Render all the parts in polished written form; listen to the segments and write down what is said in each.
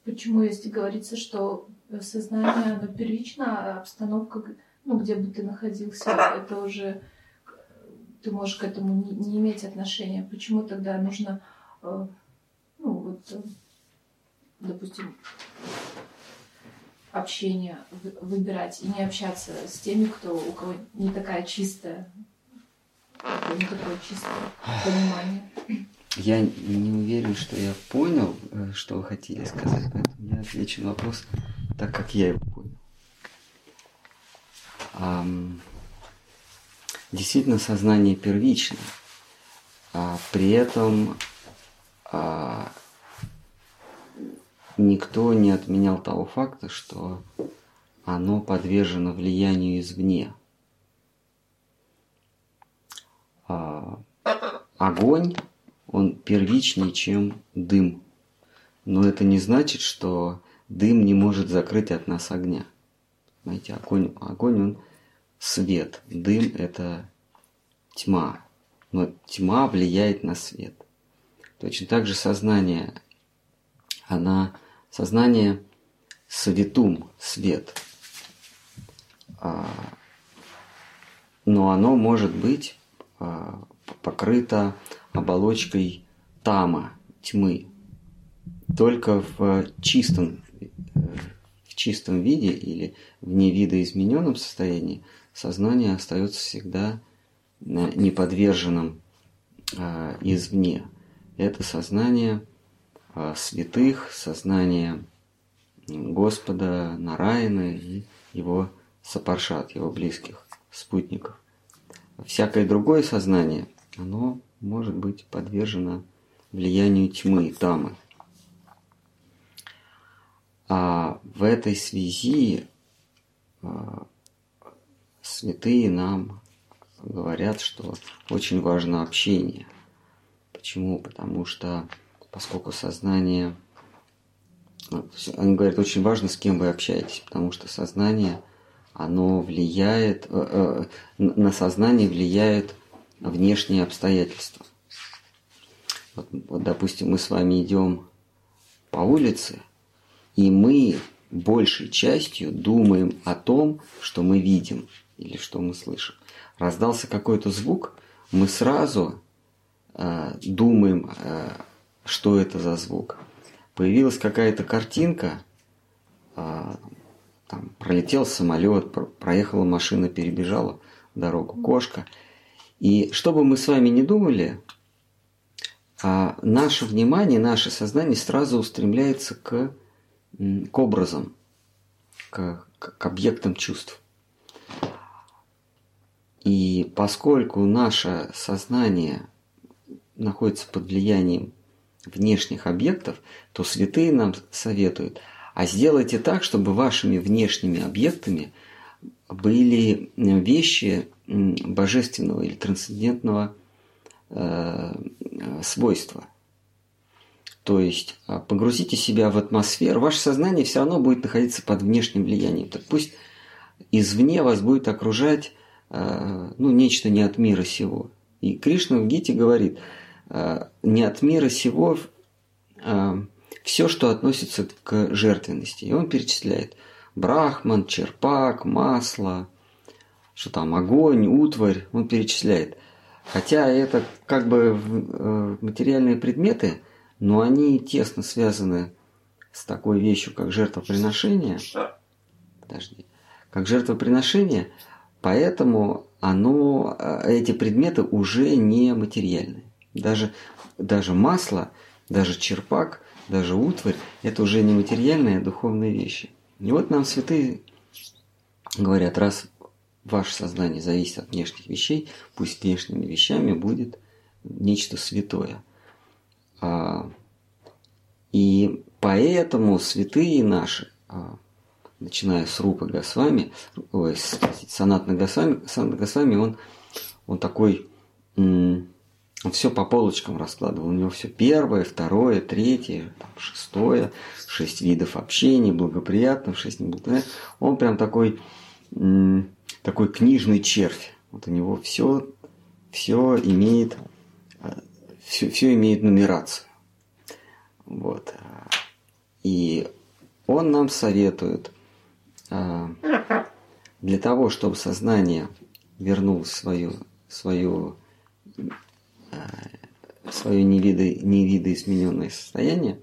Почему, если говорится, что сознание, оно первично, а обстановка, ну, где бы ты находился, это уже ты можешь к этому не иметь отношения. Почему тогда нужно, ну, вот, допустим, общение выбирать и не общаться с теми, у кого не такая чистая, не такое чистое понимание? Я не уверен, что я понял, что вы хотели сказать, поэтому я отвечу на вопрос так, как я его понял. Действительно, сознание первично, а при этом никто не отменял того факта, что оно подвержено влиянию извне. Огонь, он первичнее, чем дым. Но это не значит, что дым не может закрыть от нас огня. Знаете, огонь он свет, дым – это тьма. Но тьма влияет на свет. Точно так же сознание, сознание светум, свет. Но оно может быть покрыто оболочкой тама, тьмы. Только в чистом виде или в невидоизмененном состоянии сознание остается всегда неподверженным извне. Это сознание святых, сознание Господа Нараяны и его сапаршат, его близких спутников. Всякое другое сознание, оно может быть подвержено влиянию тьмы, тамы. А в этой связи святые нам говорят, что очень важно общение. Почему? Потому что, поскольку сознание... Они говорят, очень важно, с кем вы общаетесь, потому что сознание, оно влияет... На сознание влияют внешние обстоятельства. Вот, допустим, мы с вами идем по улице, и мы большей частью думаем о том, что мы видим или что мы слышим. Раздался какой-то звук, мы сразу думаем, что это за звук. Появилась какая-то картинка, там пролетел самолет, проехала машина, перебежала дорогу кошка. И что бы мы с вами ни думали, наше внимание, наше сознание сразу устремляется к образам, к объектам чувств. И поскольку наше сознание находится под влиянием внешних объектов, то святые нам советуют, а сделайте так, чтобы вашими внешними объектами были вещи божественного или трансцендентного свойства. То есть погрузите себя в атмосферу, ваше сознание все равно будет находиться под внешним влиянием. Так пусть извне вас будет окружать нечто не от мира сего. И Кришна в Гите говорит, не от мира сего все, что относится к жертвенности. И он перечисляет брахман, черпак, масло, что там, огонь, утварь, он перечисляет. Хотя это как бы материальные предметы, но они тесно связаны с такой вещью, как жертвоприношение. Как жертвоприношение, поэтому эти предметы уже не материальные. Даже масло, даже черпак, даже утварь – это уже не материальные, а духовные вещи. И вот нам святые говорят, раз ваше сознание зависит от внешних вещей, пусть внешними вещами будет нечто святое. И поэтому святые наши, начиная с Рупы Госвами, Санатана Госвами, он такой, он все по полочкам раскладывал. У него все первое, второе, третье, шестое, 6 видов общения, благоприятных, 6 неблагоприятных. Он прям такой книжный червь. Вот у него все имеет нумерацию. Вот. И он нам советует для того, чтобы сознание вернулось в свое невидоизмененное состояние,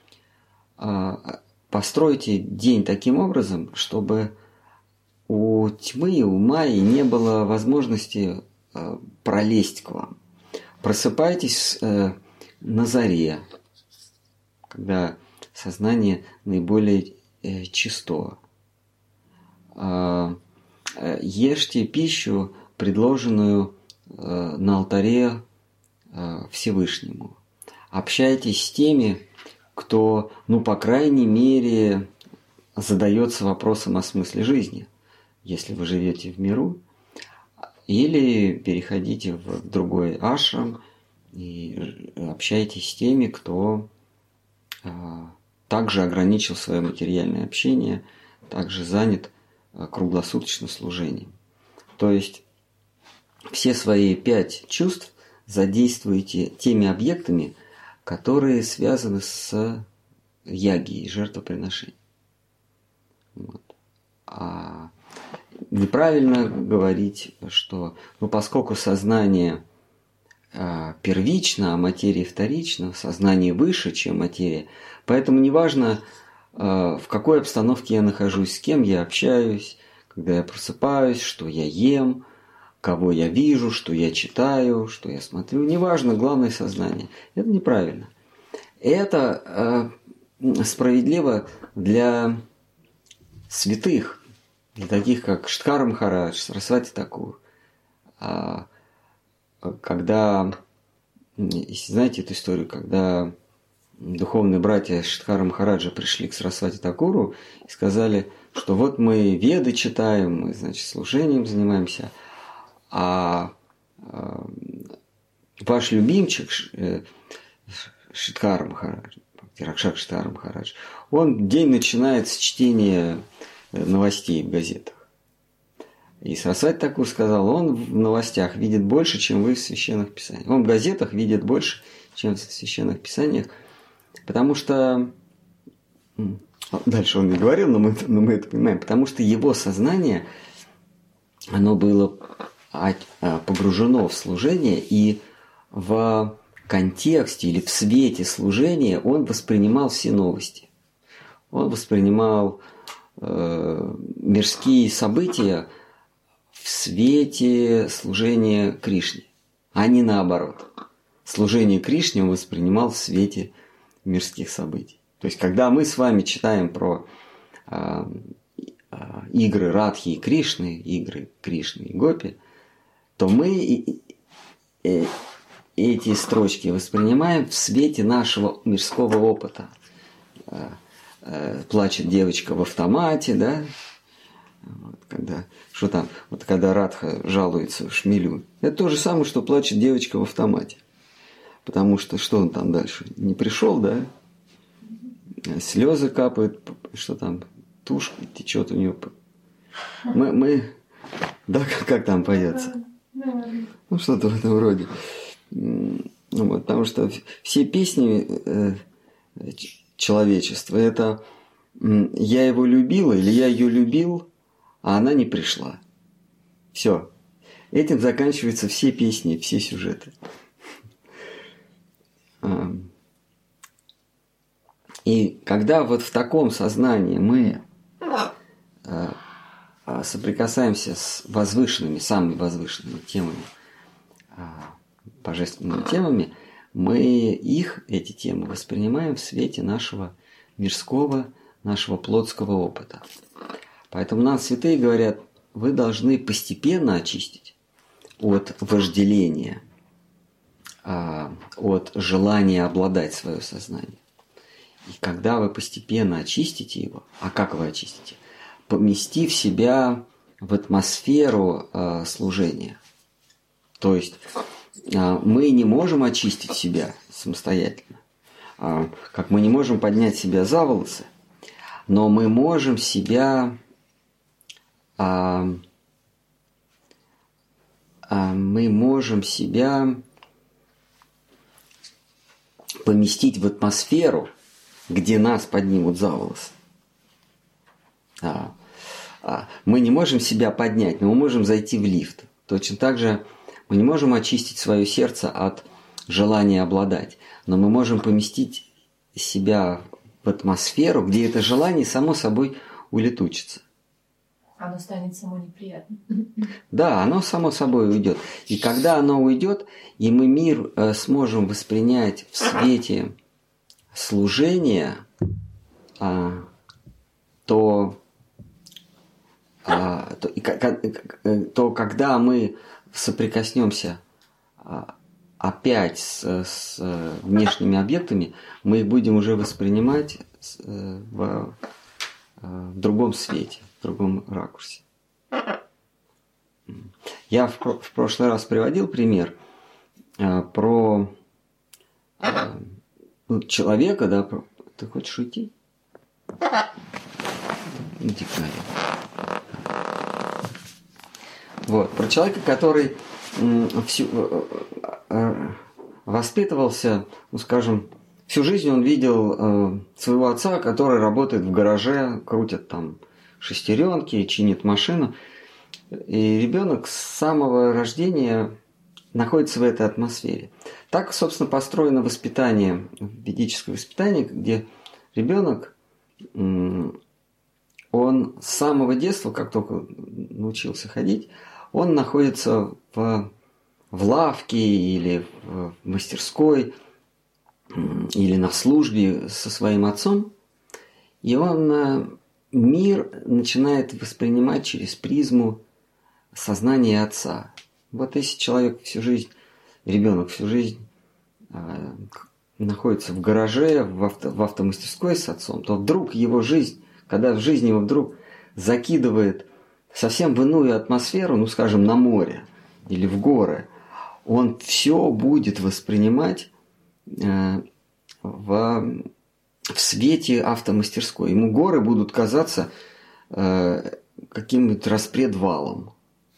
постройте день таким образом, чтобы у тьмы, у Майи не было возможности пролезть к вам. Просыпайтесь на заре, когда сознание наиболее чисто. Ешьте пищу, предложенную на алтаре Всевышнему. Общайтесь с теми, кто, по крайней мере, задается вопросом о смысле жизни, если вы живете в миру, или переходите в другой ашрам и общайтесь с теми, кто также ограничил свое материальное общение, также занят круглосуточным служением. То есть все свои 5 чувств задействуйте теми объектами, которые связаны с ягией, жертвоприношением. Вот. А неправильно говорить, что поскольку сознание первично, а материя вторична, сознание выше, чем материя, поэтому неважно, в какой обстановке я нахожусь, с кем я общаюсь, когда я просыпаюсь, что я ем, кого я вижу, что я читаю, что я смотрю. Неважно, главное сознание. Это неправильно. Это справедливо для святых, для таких, как Штхар Махарадж, Сарасвати Такур. Когда, если знаете эту историю, когда духовные братья Штхара Махараджа пришли к Сарасвати Такуру и сказали, что вот мы веды читаем, мы, служением занимаемся, а ваш любимчик Штхара Махарадж, Ракшак Штхара Махарадж, он день начинает с чтения новостей в газетах. И Сарасвати Такур сказал, он в новостях видит больше, чем вы в священных писаниях. Он в газетах видит больше, чем в священных писаниях, потому что... Дальше он не говорил, но мы это понимаем. Потому что его сознание, оно было погружено в служение, и в контексте или в свете служения он воспринимал все новости. Он воспринимал мирские события в свете служения Кришне, а не наоборот. Служение Кришне он воспринимал в свете мирских событий. То есть, когда мы с вами читаем про игры Радхи и Кришны, игры Кришны и Гопи, то мы эти строчки воспринимаем в свете нашего мирского опыта. Плачет девочка в автомате, да? Когда Радха жалуется Шмелю. Это то же самое, что плачет девочка в автомате. Потому что он там дальше? Не пришел, да? Слезы капают, что там, тушь течет у него. Да, как там поется? Что-то в этом роде. Потому что все песни человечества, это я его любила или я ее любил, а она не пришла. Все. Этим заканчиваются все песни, все сюжеты. И когда вот в таком сознании мы соприкасаемся с возвышенными, самыми возвышенными темами, божественными темами, мы эти темы воспринимаем в свете нашего мирского, нашего плотского опыта. Поэтому нам святые говорят, вы должны постепенно очистить от вожделения, от желания обладать свое сознание. И когда вы постепенно очистите его, а как вы очистите? Поместив себя в атмосферу служения. То есть мы не можем очистить себя самостоятельно, как мы не можем поднять себя за волосы, но мы можем себя поместить в атмосферу, где нас поднимут за волосы. Мы не можем себя поднять, но мы можем зайти в лифт. Точно так же мы не можем очистить свое сердце от желания обладать, но мы можем поместить себя в атмосферу, где это желание само собой улетучится. Оно станет само неприятным. Да, оно само собой уйдет. И когда оно уйдет, и мы мир сможем воспринять в свете служения, то когда мы соприкоснемся опять с внешними объектами, мы их будем уже воспринимать в другом свете, в другом ракурсе. Я в прошлый раз приводил пример про человека, да, ты хочешь уйти? Иди-ка. Вот, про человека, который воспитывался, ну, скажем, всю жизнь он видел своего отца, который работает в гараже, крутит там шестеренки, чинит машину. И ребенок с самого рождения находится в этой атмосфере. Так, собственно, построено воспитание, ведическое воспитание, где ребенок, он с самого детства, как только научился ходить, он находится в лавке или в мастерской, или на службе со своим отцом, и он мир начинает воспринимать через призму сознания отца. Вот если человек всю жизнь, ребенок всю жизнь находится в гараже, в автомастерской с отцом, то вдруг его жизнь, когда в жизни его вдруг закидывает совсем в иную атмосферу, ну, скажем, на море или в горы, он все будет воспринимать в свете автомастерской. Ему горы будут казаться каким-нибудь распредвалом.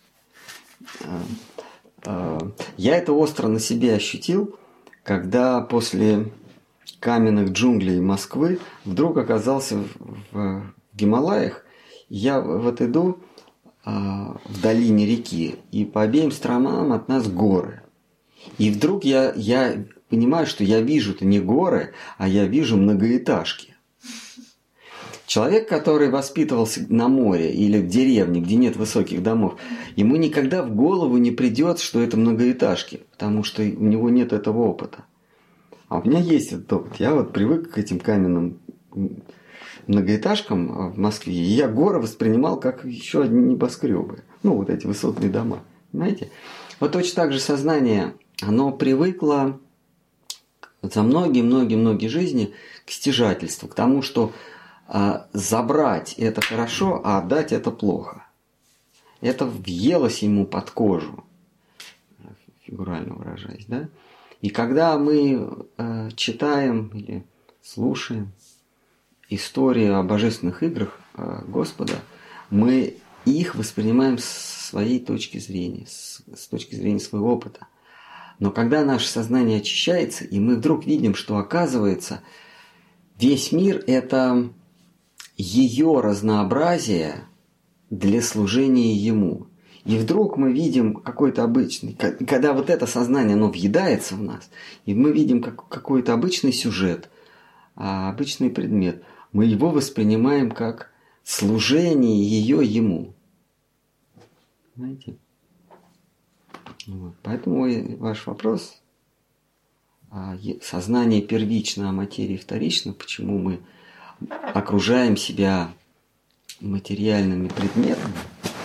Я это остро на себе ощутил, когда после каменных джунглей Москвы вдруг оказался в Гималаях. Я вот иду в долине реки, и по обеим сторонам от нас горы. И вдруг я понимаю, что я вижу-то не горы, а я вижу многоэтажки. Человек, который воспитывался на море или в деревне, где нет высоких домов, ему никогда в голову не придет, что это многоэтажки, потому что у него нет этого опыта. А у меня есть этот опыт. Я вот привык к этим каменным многоэтажкам в Москве, и я горы воспринимал как еще одни небоскребы. Ну, вот эти высотные дома. Понимаете? Вот точно так же сознание, оно привыкло за многие-многие жизни к стяжательству, к тому, что забрать это хорошо, а отдать это плохо. Это въелось ему под кожу, фигурально выражаясь, да? И когда мы читаем или слушаем историю о божественных играх Господа, мы их воспринимаем с своей точки зрения, с точки зрения своего опыта. Но когда наше сознание очищается, и мы вдруг видим, что оказывается весь мир – это ее разнообразие для служения Ему. И вдруг мы видим какой-то обычный, когда вот это сознание, оно въедается в нас, и мы видим какой-то обычный сюжет, обычный предмет, мы его воспринимаем как служение ее Ему. Понимаете? Вот. Поэтому ваш вопрос, сознание первично, а материя вторична, почему мы окружаем себя материальными предметами,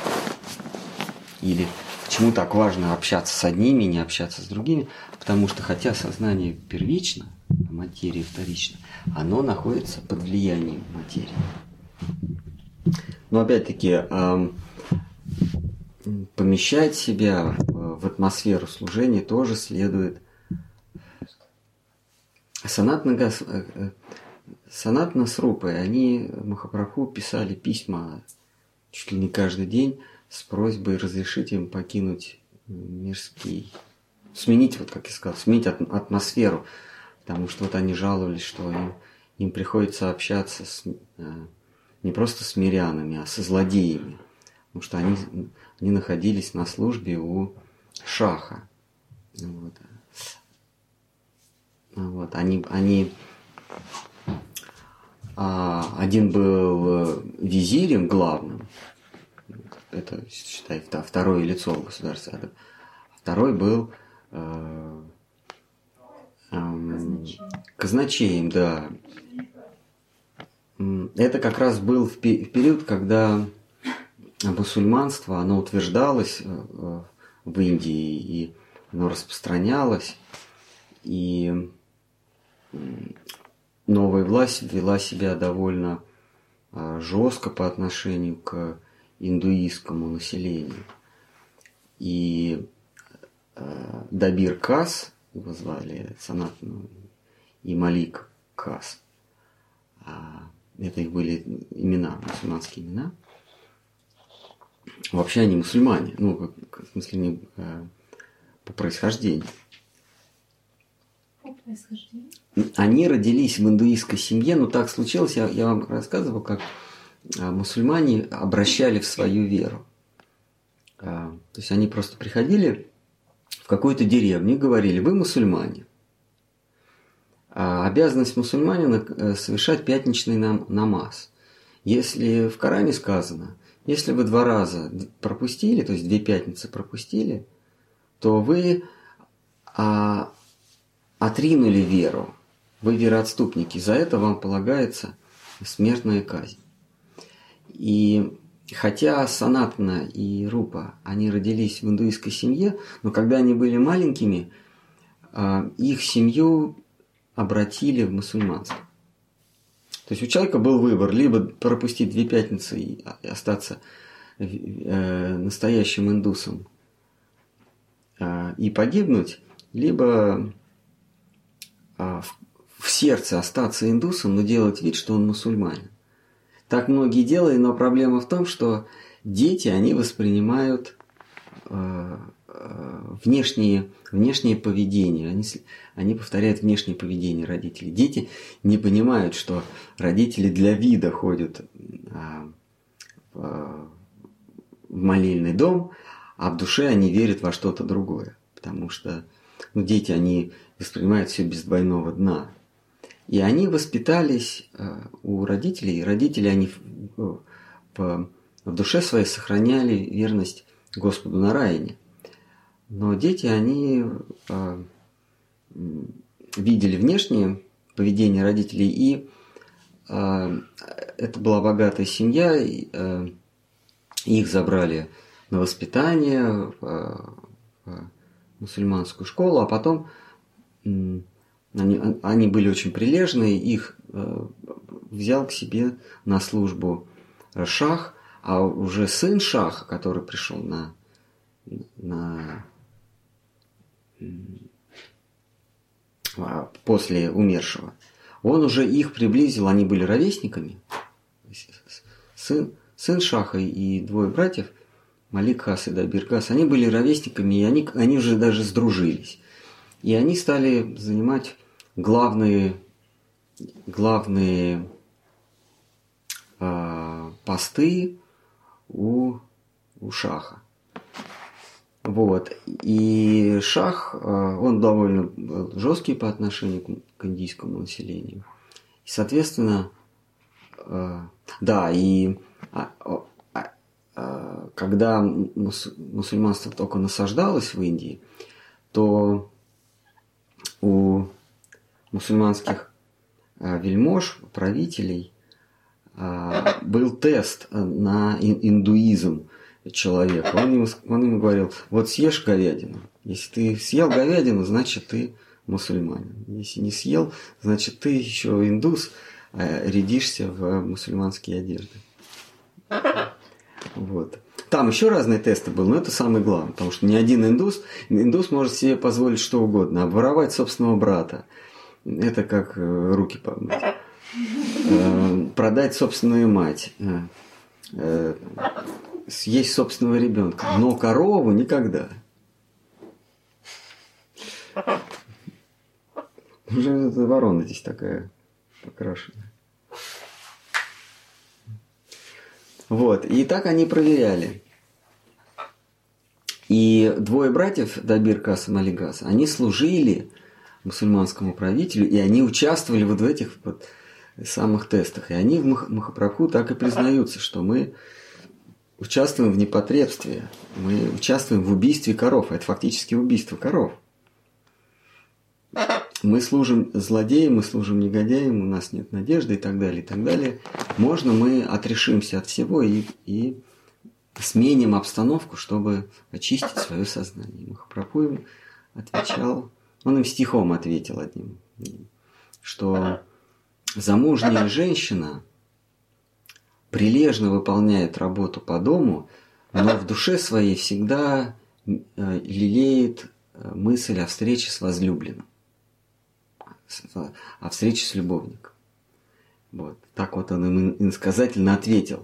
или почему так важно общаться с одними, не общаться с другими, потому что хотя сознание первично, а материя вторична, оно находится под влиянием материи. Но опять-таки помещать себя в атмосферу служения тоже следует. Санатана Срупы, они Махапрабху писали письма чуть ли не каждый день с просьбой разрешить им покинуть мирский, сменить, вот как я сказал, сменить атмосферу, потому что вот они жаловались, что им приходится общаться с не просто с мирянами, а со злодеями. Потому что они находились на службе у шаха. Вот. Вот. Один был визирем главным, это, считай, второе лицо государства, а второй был казначеем, да. Это как раз был в период, когда мусульманство, оно утверждалось в Индии, и оно распространялось, и новая власть вела себя довольно жестко по отношению к индуистскому населению. И Дабир Кас, его звали Санатна, и Малик Кас, это их были имена, мусульманские имена. Вообще они мусульмане, ну, в смысле, не по происхождению. По происхождению? Они родились в индуистской семье, но так случилось, я вам рассказывал, как мусульмане обращали в свою веру. То есть они просто приходили в какую-то деревню и говорили: вы мусульмане. Обязанность мусульманина совершать пятничный намаз. Если в Коране сказано, если вы 2 раза пропустили, то есть 2 пятницы пропустили, то вы отринули веру, вы вероотступники, за это вам полагается смертная казнь. И хотя Санатна и Рупа, они родились в индуистской семье, но когда они были маленькими, их семью обратили в мусульманство. То есть у человека был выбор: либо пропустить 2 пятницы и остаться настоящим индусом и погибнуть, либо в сердце остаться индусом, но делать вид, что он мусульманин. Так многие делали, но проблема в том, что дети, они воспринимают внешнее поведение, они повторяют внешнее поведение родителей. Дети не понимают, что родители для вида ходят в молельный дом, а в душе они верят во что-то другое. Потому что дети, они воспринимают все без двойного дна. И они воспитались у родителей, и родители, они в душе своей сохраняли верность Господу Нараяне. Но дети, они видели внешнее поведение родителей, и это была богатая семья, и их забрали на воспитание в мусульманскую школу, а потом они были очень прилежные, их взял к себе на службу шах, а уже сын шаха, который пришел после умершего, он уже их приблизил, они были ровесниками. Сын шаха и 2 братьев, Малик Кас и Дабир Кас, они были ровесниками, и они уже даже сдружились. И они стали занимать главные посты у шаха. Вот. И шах, он довольно жесткий по отношению к индийскому населению. И, соответственно, да, и когда мусульманство только насаждалось в Индии, то у мусульманских вельмож, правителей, был тест на индуизм человека. Он ему говорил: вот съешь говядину. Если ты съел говядину, значит ты мусульманин. Если не съел, значит ты еще индус, рядишься в мусульманские одежды. Вот. Там еще разные тесты были, но это самое главное, потому что ни один индус может себе позволить что угодно. Обворовать собственного брата – это как руки помыть. Продать собственную мать, съесть собственного ребенка, но корову никогда. Уже ворона здесь такая покрашенная. Вот. И так они проверяли. И двое братьев, Дабир Касым и Али Газ, они служили мусульманскому правителю, и они участвовали вот в этих вот самых тестах. И они в Махапрабху так и признаются, что мы участвуем в непотребстве, мы участвуем в убийстве коров. Это фактически убийство коров. Мы служим злодеям, мы служим негодяям, у нас нет надежды и так далее, и так далее. Можно мы отрешимся от всего и сменим обстановку, чтобы очистить свое сознание. Махапрабху им отвечал, он им стихом ответил одним, что замужняя женщина прилежно выполняет работу по дому, но в душе своей всегда лелеет мысль о встрече с возлюбленным, о встрече с любовником. Вот. Так вот он им иносказательно ответил.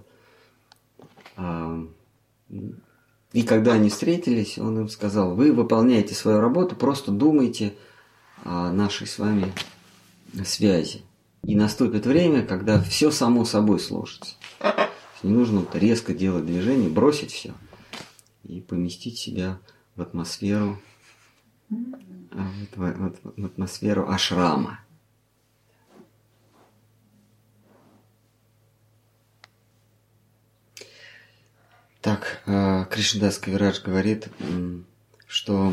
И когда они встретились, он им сказал: вы выполняете свою работу, просто думайте о нашей с вами связи. И наступит время, когда все само собой сложится. Не нужно резко делать движение, бросить все и поместить себя в атмосферу, в атмосферу ашрама. Так, Кришнадас Кавирадж говорит, что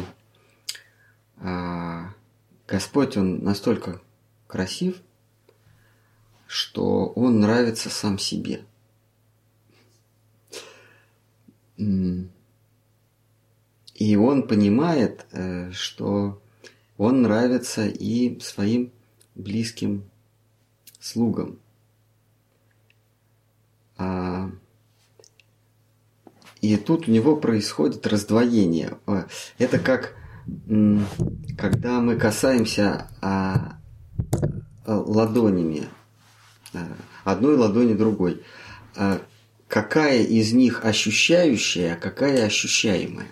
Господь, Он настолько красив, что Он нравится сам себе. И Он понимает, что Он нравится и своим близким слугам. И тут у него происходит раздвоение. Это как когда мы касаемся ладонями, одной ладони другой. Какая из них ощущающая, а какая ощущаемая?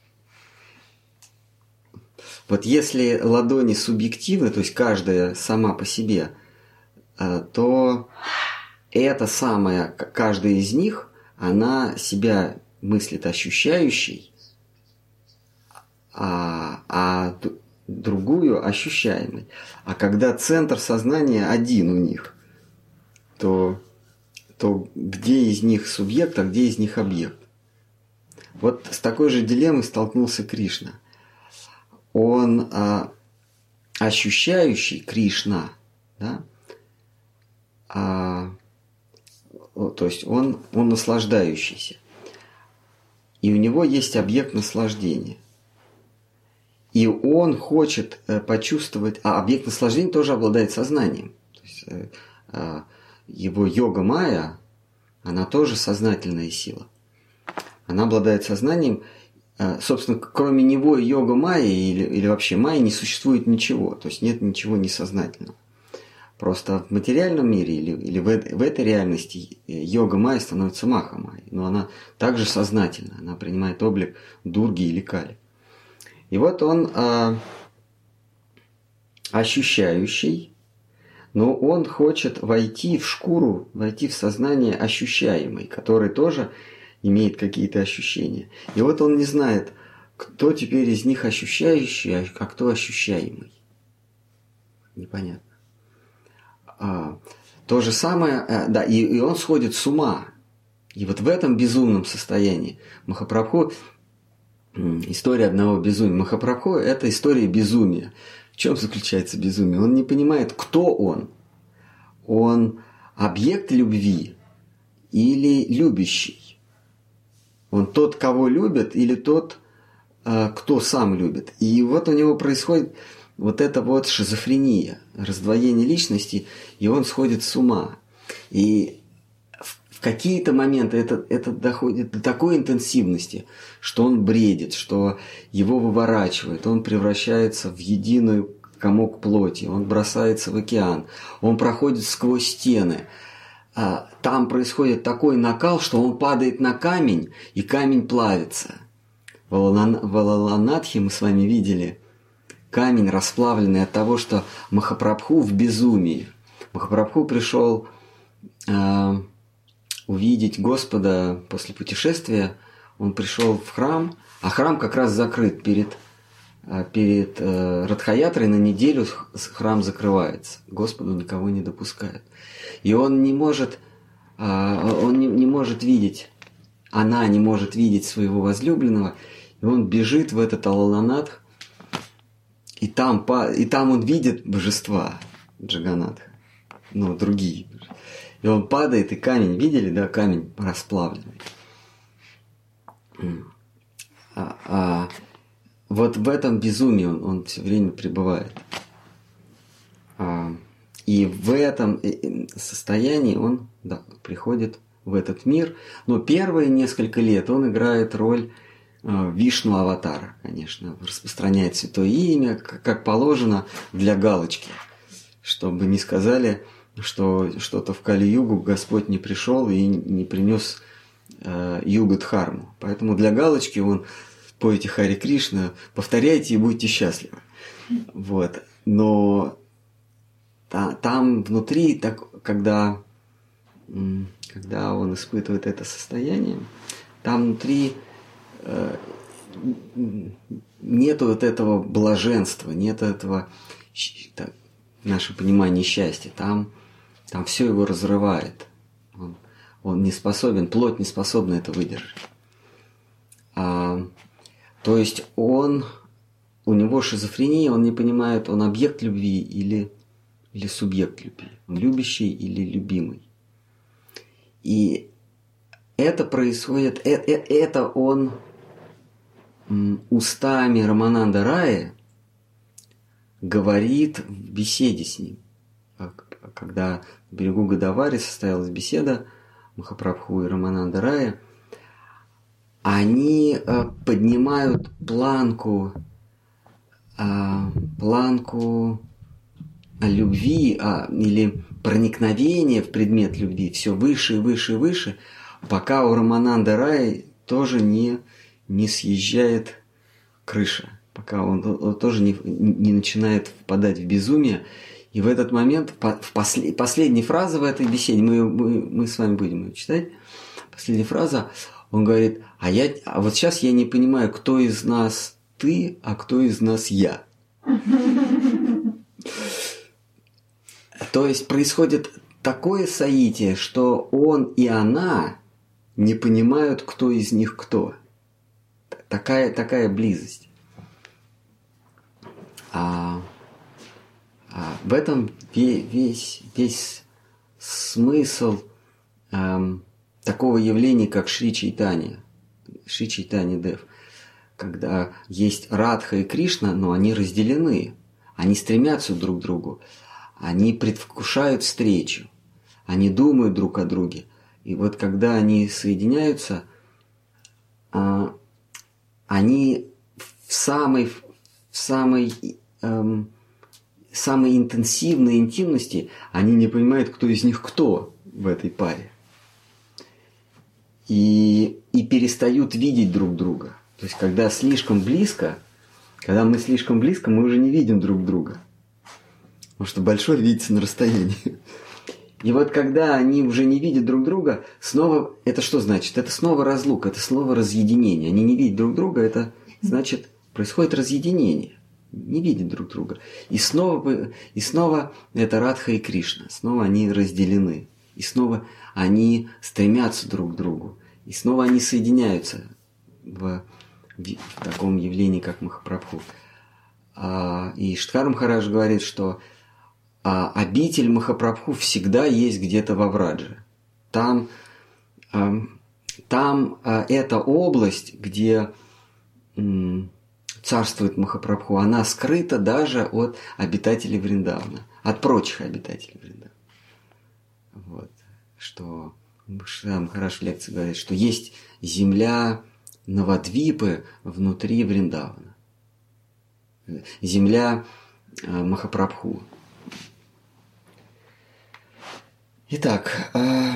Вот если ладони субъективны, то есть каждая сама по себе, то эта самая, каждая из них, она себя мыслит ощущающей, а другую ощущаемой. А когда центр сознания один у них, то где из них субъект, а где из них объект? Вот с такой же дилеммой столкнулся Кришна. Он ощущающий Кришна, да? То есть он наслаждающийся. И у него есть объект наслаждения. И он хочет почувствовать... А объект наслаждения тоже обладает сознанием. То есть, его йога-майя, она тоже сознательная сила. Она обладает сознанием. Собственно, кроме него и йога-майи или вообще майи не существует ничего. То есть нет ничего несознательного. Просто в материальном мире или в этой реальности йога-майя становится маха-майей. Но она также сознательна. Она принимает облик Дурги или Кали. И вот он ощущающий, но он хочет войти в шкуру, войти в сознание ощущаемой, который тоже имеет какие-то ощущения. И вот он не знает, кто теперь из них ощущающий, а кто ощущаемый. Непонятно. То же самое, да, и он сходит с ума. И вот в этом безумном состоянии Махапрабху, история одного безумия. Махапрабху – это история безумия. В чем заключается безумие? Он не понимает, кто он. Он объект любви или любящий. Он тот, кого любят, или тот, кто сам любит. И вот у него происходит вот эта вот шизофрения, раздвоение личности, и он сходит с ума. И в какие-то моменты это доходит до такой интенсивности, что он бредит, что его выворачивает, он превращается в единый комок плоти, он бросается в океан, он проходит сквозь стены. Там происходит такой накал, что он падает на камень, и камень плавится. В Лаланатхе мы с вами видели камень, расплавленный от того, что Махапрабху в безумии. Махапрабху пришел увидеть Господа после путешествия, он пришел в храм, а храм как раз закрыт перед Радхаятрой на неделю храм закрывается. Господу никого не допускают. И он не может видеть, она не может видеть своего возлюбленного, и он бежит в этот Алаланадх, и там он видит божества Джаганатха, другие. И он падает, и камень, видели, да, камень расплавленный. Вот в этом безумии он все время пребывает. И в этом состоянии он приходит в этот мир. Но первые несколько лет он играет роль Вишну-аватара, конечно. Распространяет святое имя, как положено, для галочки. Чтобы не сказали, что что-то в Кали-югу Господь не пришел и не принес юга-дхарму. Поэтому для галочки он: поете Харе Кришна, повторяйте и будьте счастливы. Вот. Но там внутри, когда он испытывает это состояние, там внутри нету вот этого блаженства, нету этого, в нашем понимании, счастья. Там все его разрывает. Он не способен, плоть не способна это выдержать. То есть у него шизофрения, он не понимает, он объект любви или субъект любви, он любящий или любимый. И это происходит, это он устами Рамананда Рая говорит в беседе с ним. Когда на берегу Годавари состоялась беседа Махапрабху и Рамананда Рая, они поднимают планку любви или проникновения в предмет любви все выше и выше и выше, пока у Рамананда Рая тоже не съезжает крыша, пока он тоже не начинает впадать в безумие. И в этот момент, последняя фраза в этой беседе, мы с вами будем ее читать, последняя фраза, он говорит: а вот сейчас я не понимаю, кто из нас ты, а кто из нас я. То есть происходит такое соитие, что он и она не понимают, кто из них кто. Такая близость. В этом весь смысл такого явления, как Шри Чайтанья Дев. Когда есть Радха и Кришна, но они разделены. Они стремятся друг к другу. Они предвкушают встречу. Они думают друг о друге. И вот когда они соединяются, они в самой интенсивной интимности они не понимают, кто из них кто в этой паре. И перестают видеть друг друга. То есть, когда мы слишком близко, мы уже не видим друг друга. Потому что большой видится на расстоянии. И вот когда они уже не видят друг друга, снова, это что значит? Это снова разлука, это снова разъединение. Они не видят друг друга, это значит, происходит разъединение. Не видят друг друга. И снова это Радха и Кришна. Снова они разделены. И снова они стремятся друг к другу. И снова они соединяются в таком явлении, как Махапрабху. И Штхар Махарадж говорит, что обитель Махапрабху всегда есть где-то во Врадже. Там эта область, где царствует Махапрабху, она скрыта даже от обитателей Вриндавана, от прочих обитателей Вриндавана. Вот. Что Штхар Махарадж в лекции говорит, что есть земля Навадвипы внутри Вриндавана. Земля Махапрабху. Итак,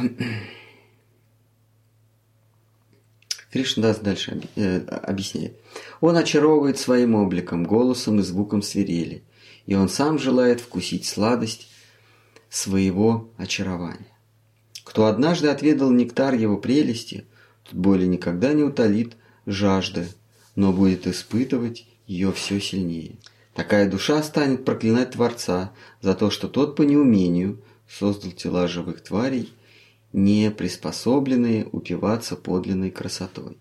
Кришнадас дальше объясняет. Он очаровывает своим обликом, голосом и звуком свирели, и он сам желает вкусить сладость своего очарования. Кто однажды отведал нектар его прелести, тот более никогда не утолит жажды, но будет испытывать ее все сильнее. Такая душа станет проклинать Творца за то, что тот по неумению создал тела живых тварей, не приспособленные упиваться подлинной красотой.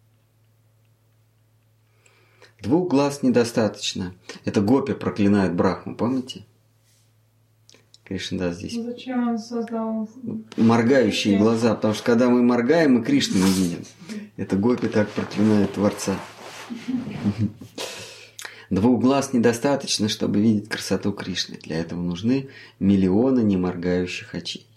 Двух глаз недостаточно. Это гопи проклинают Брахму, помните? Кришнадас здесь. Зачем он создал моргающие глаза, потому что когда мы моргаем, мы Кришну не видим. Это гопи так проклинают Творца. Двух глаз недостаточно, чтобы видеть красоту Кришны. Для этого нужны миллионы неморгающих очей.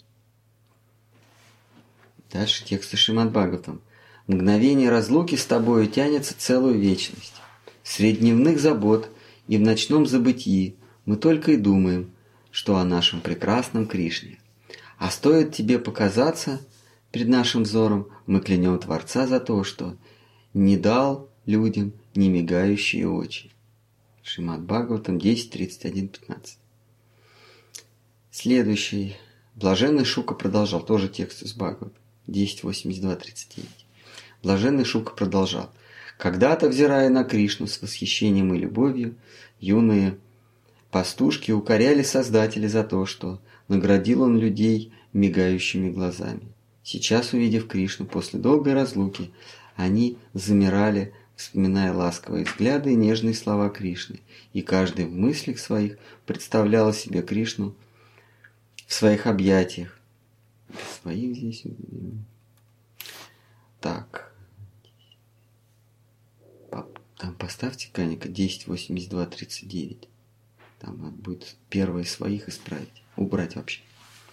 Дальше тексты Шримад Бхагаватам. Мгновение разлуки с тобою тянется целую вечность. Средь дневных забот и в ночном забытии мы только и думаем, что о нашем прекрасном Кришне. А стоит тебе показаться перед нашим взором, мы клянем Творца за то, что не дал людям немигающие очи. Шримад Бхагаватам 10.31.15. Следующий. Блаженный Шука продолжал. Тоже текст из Бхагавата. 10.82.39. Блаженный Шука продолжал. Когда-то, взирая на Кришну с восхищением и любовью, юные пастушки укоряли Создателя за то, что наградил он людей мигающими глазами. Сейчас, увидев Кришну после долгой разлуки, они замирали, вспоминая ласковые взгляды и нежные слова Кришны, и каждый в мыслях своих представлял себе Кришну в своих объятиях. Своих здесь. Так. Там поставьте, Каника, 10.82.39. Там надо будет первые своих исправить. Убрать вообще.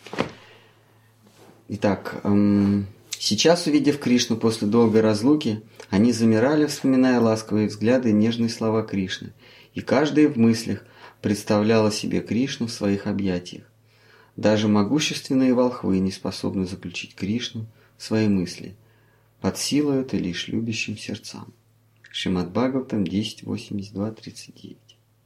Итак, сейчас, увидев Кришну после долгой разлуки, они замирали, вспоминая ласковые взгляды и нежные слова Кришны, и каждый в мыслях представляла себе Кришну в своих объятиях. Даже могущественные волхвы не способны заключить Кришну в свои мысли. Под силу это лишь любящим сердцам. Шримад Бхагаватам 10.82.39.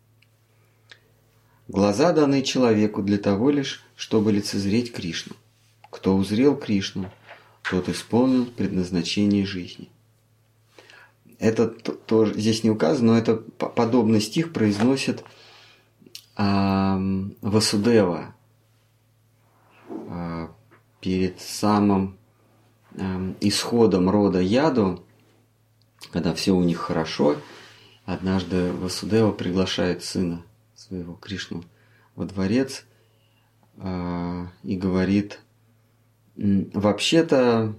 Глаза даны человеку для того лишь, чтобы лицезреть Кришну. Кто узрел Кришну, тот исполнил предназначение жизни. Это тоже здесь не указано, но это подобный стих произносит Васудева перед самым исходом рода Яду, когда все у них хорошо. Однажды Васудева приглашает сына своего Кришну во дворец и говорит: вообще-то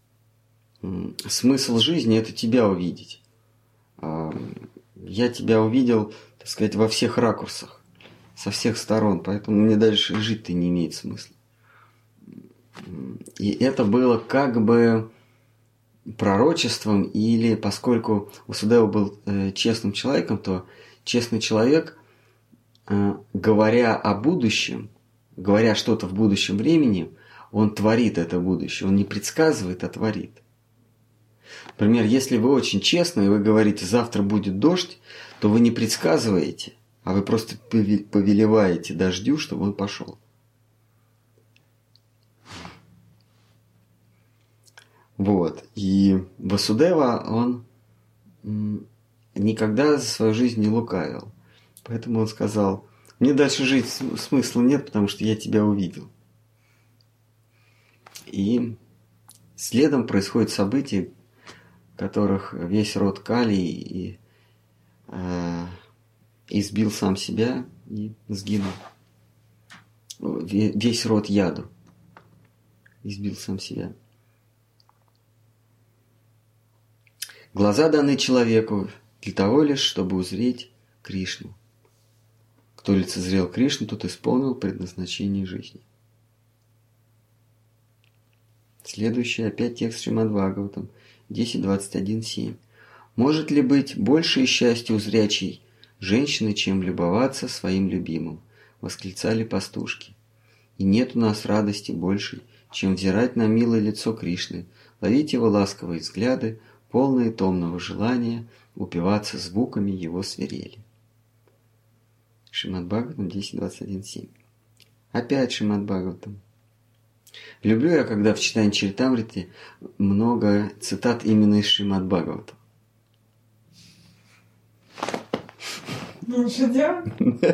смысл жизни – это тебя увидеть. Я тебя увидел, так сказать, во всех ракурсах, со всех сторон, поэтому мне дальше жить-то не имеет смысла. И это было как бы пророчеством, или поскольку Васудева был честным человеком, то честный человек, говоря о будущем, говоря что-то в будущем времени, он творит это будущее, он не предсказывает, а творит. Например, если вы очень честны, и вы говорите: завтра будет дождь, то вы не предсказываете, а вы просто повелеваете дождю, чтобы он пошел. Вот. И Васудева, он никогда за свою жизнь не лукавил. Поэтому он сказал: мне дальше жить смысла нет, потому что я тебя увидел. И следом происходят события, в которых весь род Кали избил сам себя и сгинул. Весь род Яду избил сам себя. Глаза даны человеку для того лишь, чтобы узреть Кришну. Кто лицезрел Кришну, тот исполнил предназначение жизни. Следующий опять текст Шримад Бхагаватам 10.21.7. Может ли быть большее счастье у зрячей женщины, чем любоваться своим любимым? Восклицали пастушки. И нет у нас радости большей, чем взирать на милое лицо Кришны, ловить его ласковые взгляды, полные томного желания упиваться звуками его свирели. Шримад Бхагаватам 10.21.7. Опять Шримад Бхагаватам. Люблю я, когда в читании Чаритамрити много цитат именно из Шримад Бхагавата. Ну, что делать?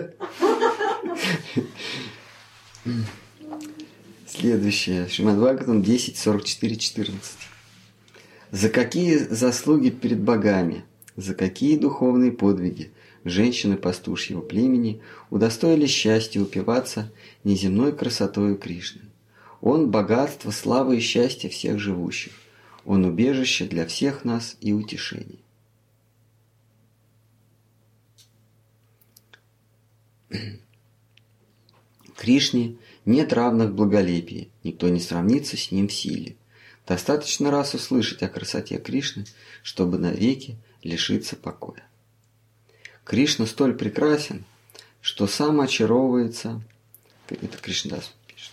Следующее. Шримад Бхагаватам 10.44.14. За какие заслуги перед богами, за какие духовные подвиги женщины пастушьего племени удостоились счастья упиваться неземной красотою Кришны. Он – богатство, слава и счастье всех живущих. Он – убежище для всех нас и утешение. Кришне нет равных в благолепии, никто не сравнится с ним в силе. Достаточно раз услышать о красоте Кришны, чтобы навеки лишиться покоя. Кришна столь прекрасен, что сам очаровывается. Это Кришнадас пишет.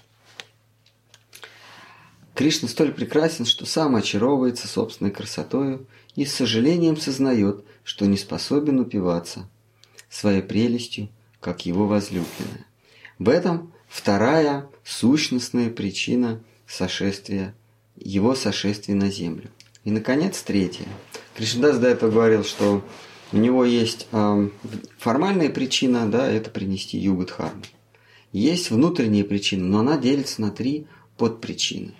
Кришна столь прекрасен, что сам очаровывается собственной красотою и с сожалением сознает, что не способен упиваться своей прелестью, как его возлюбленная. В этом вторая сущностная причина его сошествия на землю. И, наконец, третья. Кришнадас до этого говорил, что у него есть формальная причина, да, это принести югадхарму. Есть внутренняя причина, но она делится на 3 подпричины.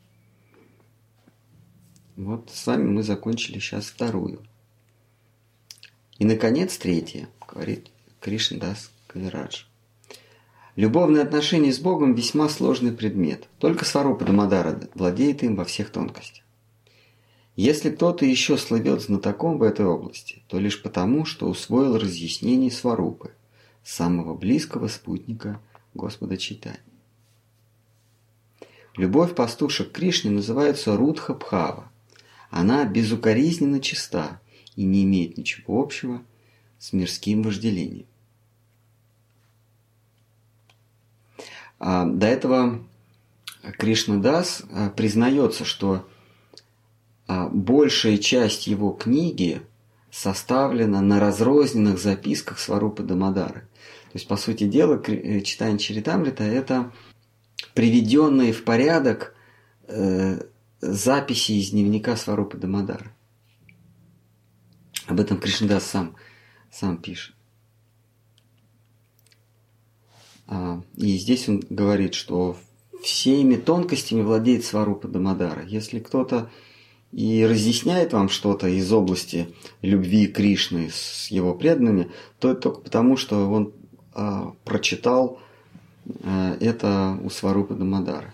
Вот с вами мы закончили сейчас вторую. И, наконец, третья, говорит Кришнадас Кавирадж. Любовные отношения с Богом весьма сложный предмет. Только Сварупа Дамодара владеет им во всех тонкостях. Если кто-то еще слывет знатоком в этой области, то лишь потому, что усвоил разъяснение Сварупы, самого близкого спутника Господа Чайтаньи. Любовь пастушек к Кришне называется Рудха Бхава. Она безукоризненно чиста и не имеет ничего общего с мирским вожделением. До этого Кришнадас признается, что большая часть его книги составлена на разрозненных записках Сварупы Дамодары. То есть, по сути дела, читание Чаритамрита – это приведенные в порядок записи из дневника Сварупы Дамодары. Об этом Кришнадас сам пишет. И здесь он говорит, что всеми тонкостями владеет Сварупа Дамодара. Если кто-то и разъясняет вам что-то из области любви Кришны с его преданными, то это только потому, что он прочитал это у Сварупы Дамодары.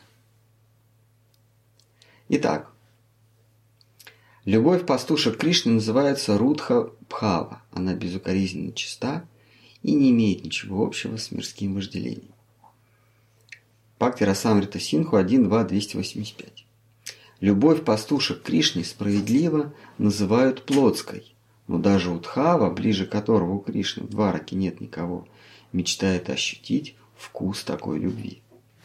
Итак, любовь пастушек Кришны называется Рудха Бхава. Она безукоризненно чиста и не имеет ничего общего с мирским вожделением. Бхакти Расамрита Синху 1.2.285. Любовь пастушек Кришны справедливо называют плотской, но даже Удхава, ближе которого у Кришны в Двараке нет никого, мечтает ощутить вкус такой любви.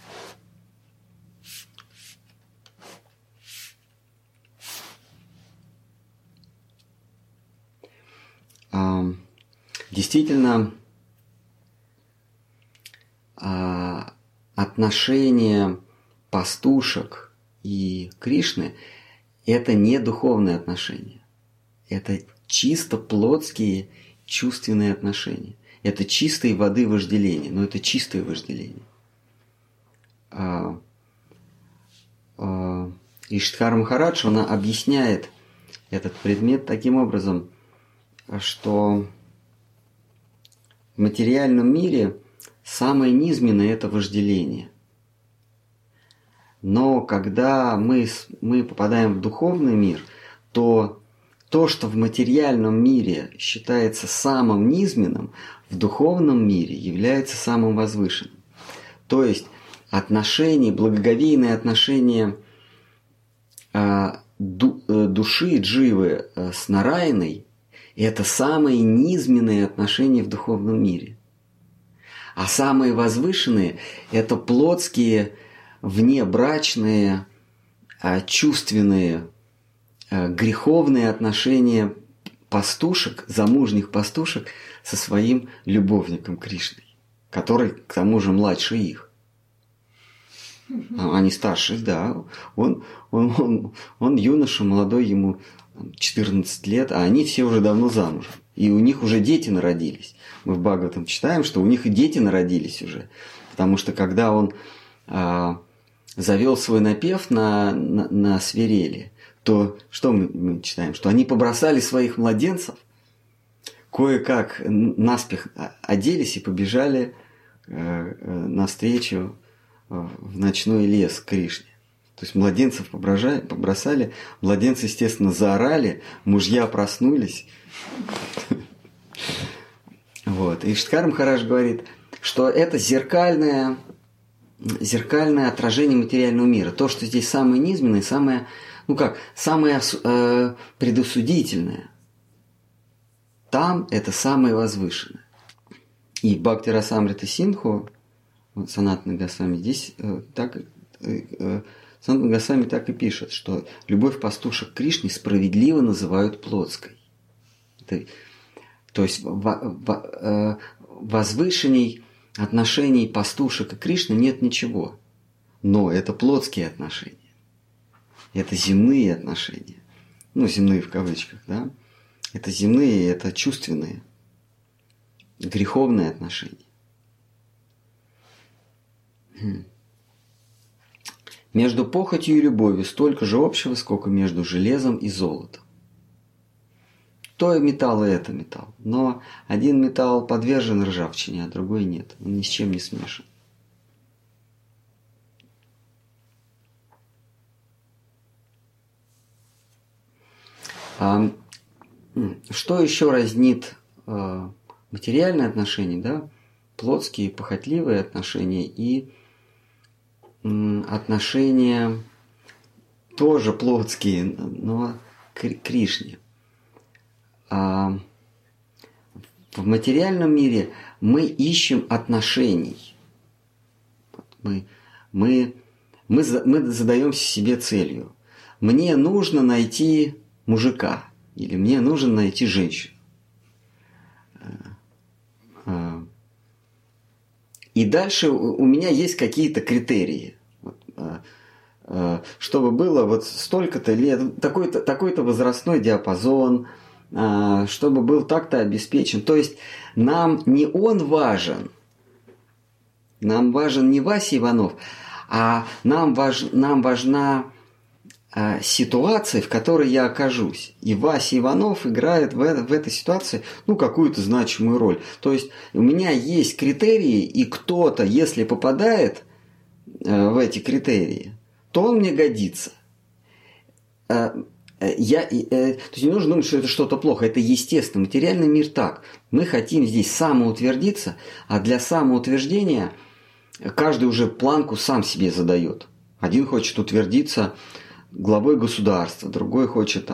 Действительно, отношения пастушек и Кришны – это не духовные отношения. Это чисто плотские чувственные отношения. Это чистой воды вожделение, но это чистое вожделение. Иштхар Махарадж, он объясняет этот предмет таким образом, что в материальном мире самое низменное – это вожделение. Но когда мы попадаем в духовный мир, то что в материальном мире считается самым низменным, в духовном мире является самым возвышенным. То есть отношения, благоговейные отношения души дживы с Нараяной – это самые низменные отношения в духовном мире. А самые возвышенные – это плотские, внебрачные, чувственные, греховные отношения пастушек, замужних пастушек со своим любовником Кришной, который, к тому же, младше их. Они старше, да. Он юноша, молодой, ему 14 лет, а они все уже давно замужем. И у них уже дети народились. Мы в Бхагаватам читаем, что у них и дети народились уже. Потому что когда он завел свой напев на свирели, то что мы читаем? Что они побросали своих младенцев, кое-как наспех оделись и побежали навстречу в ночной лес к Кришне. То есть младенцев побросали, младенцы, естественно, заорали, мужья проснулись. Вот. И Штхар Махарадж говорит, что это зеркальное отражение материального мира. То, что здесь самое низменное, самое предосудительное. Там это самое возвышенное. И Бхакти Расамрита Синдху, Санатана Госвами, здесь Санатана Госвами так и пишет, что любовь пастушек к Кришне справедливо называют плотской. То есть возвышенней отношений пастушек и Кришны нет ничего. Но это плотские отношения. Это земные отношения. Ну, земные в кавычках, да. Это земные, это чувственные, греховные отношения. Между похотью и любовью столько же общего, сколько между железом и золотом. То металл и это металл. Но один металл подвержен ржавчине, а другой нет. Он ни с чем не смешан. Что еще разнит материальные отношения, да? Плотские, похотливые отношения и отношения тоже плотские, но к Кришне. В материальном мире мы ищем отношений. Мы задаемся себе целью. Мне нужно найти мужика или мне нужно найти женщину. И дальше у меня есть какие-то критерии. Чтобы было вот столько-то лет, такой-то возрастной диапазон, чтобы был так-то обеспечен. То есть нам не он важен, нам важен не Вася Иванов, а нам важна ситуация, в которой я окажусь. И Вася Иванов играет в этой ситуации какую-то значимую роль. То есть у меня есть критерии, и кто-то, если попадает в эти критерии, то он мне годится. То есть не нужно думать, что это что-то плохо. Это естественно. Материальный мир так. Мы хотим здесь самоутвердиться, а для самоутверждения каждый уже планку сам себе задает. Один хочет утвердиться главой государства, другой хочет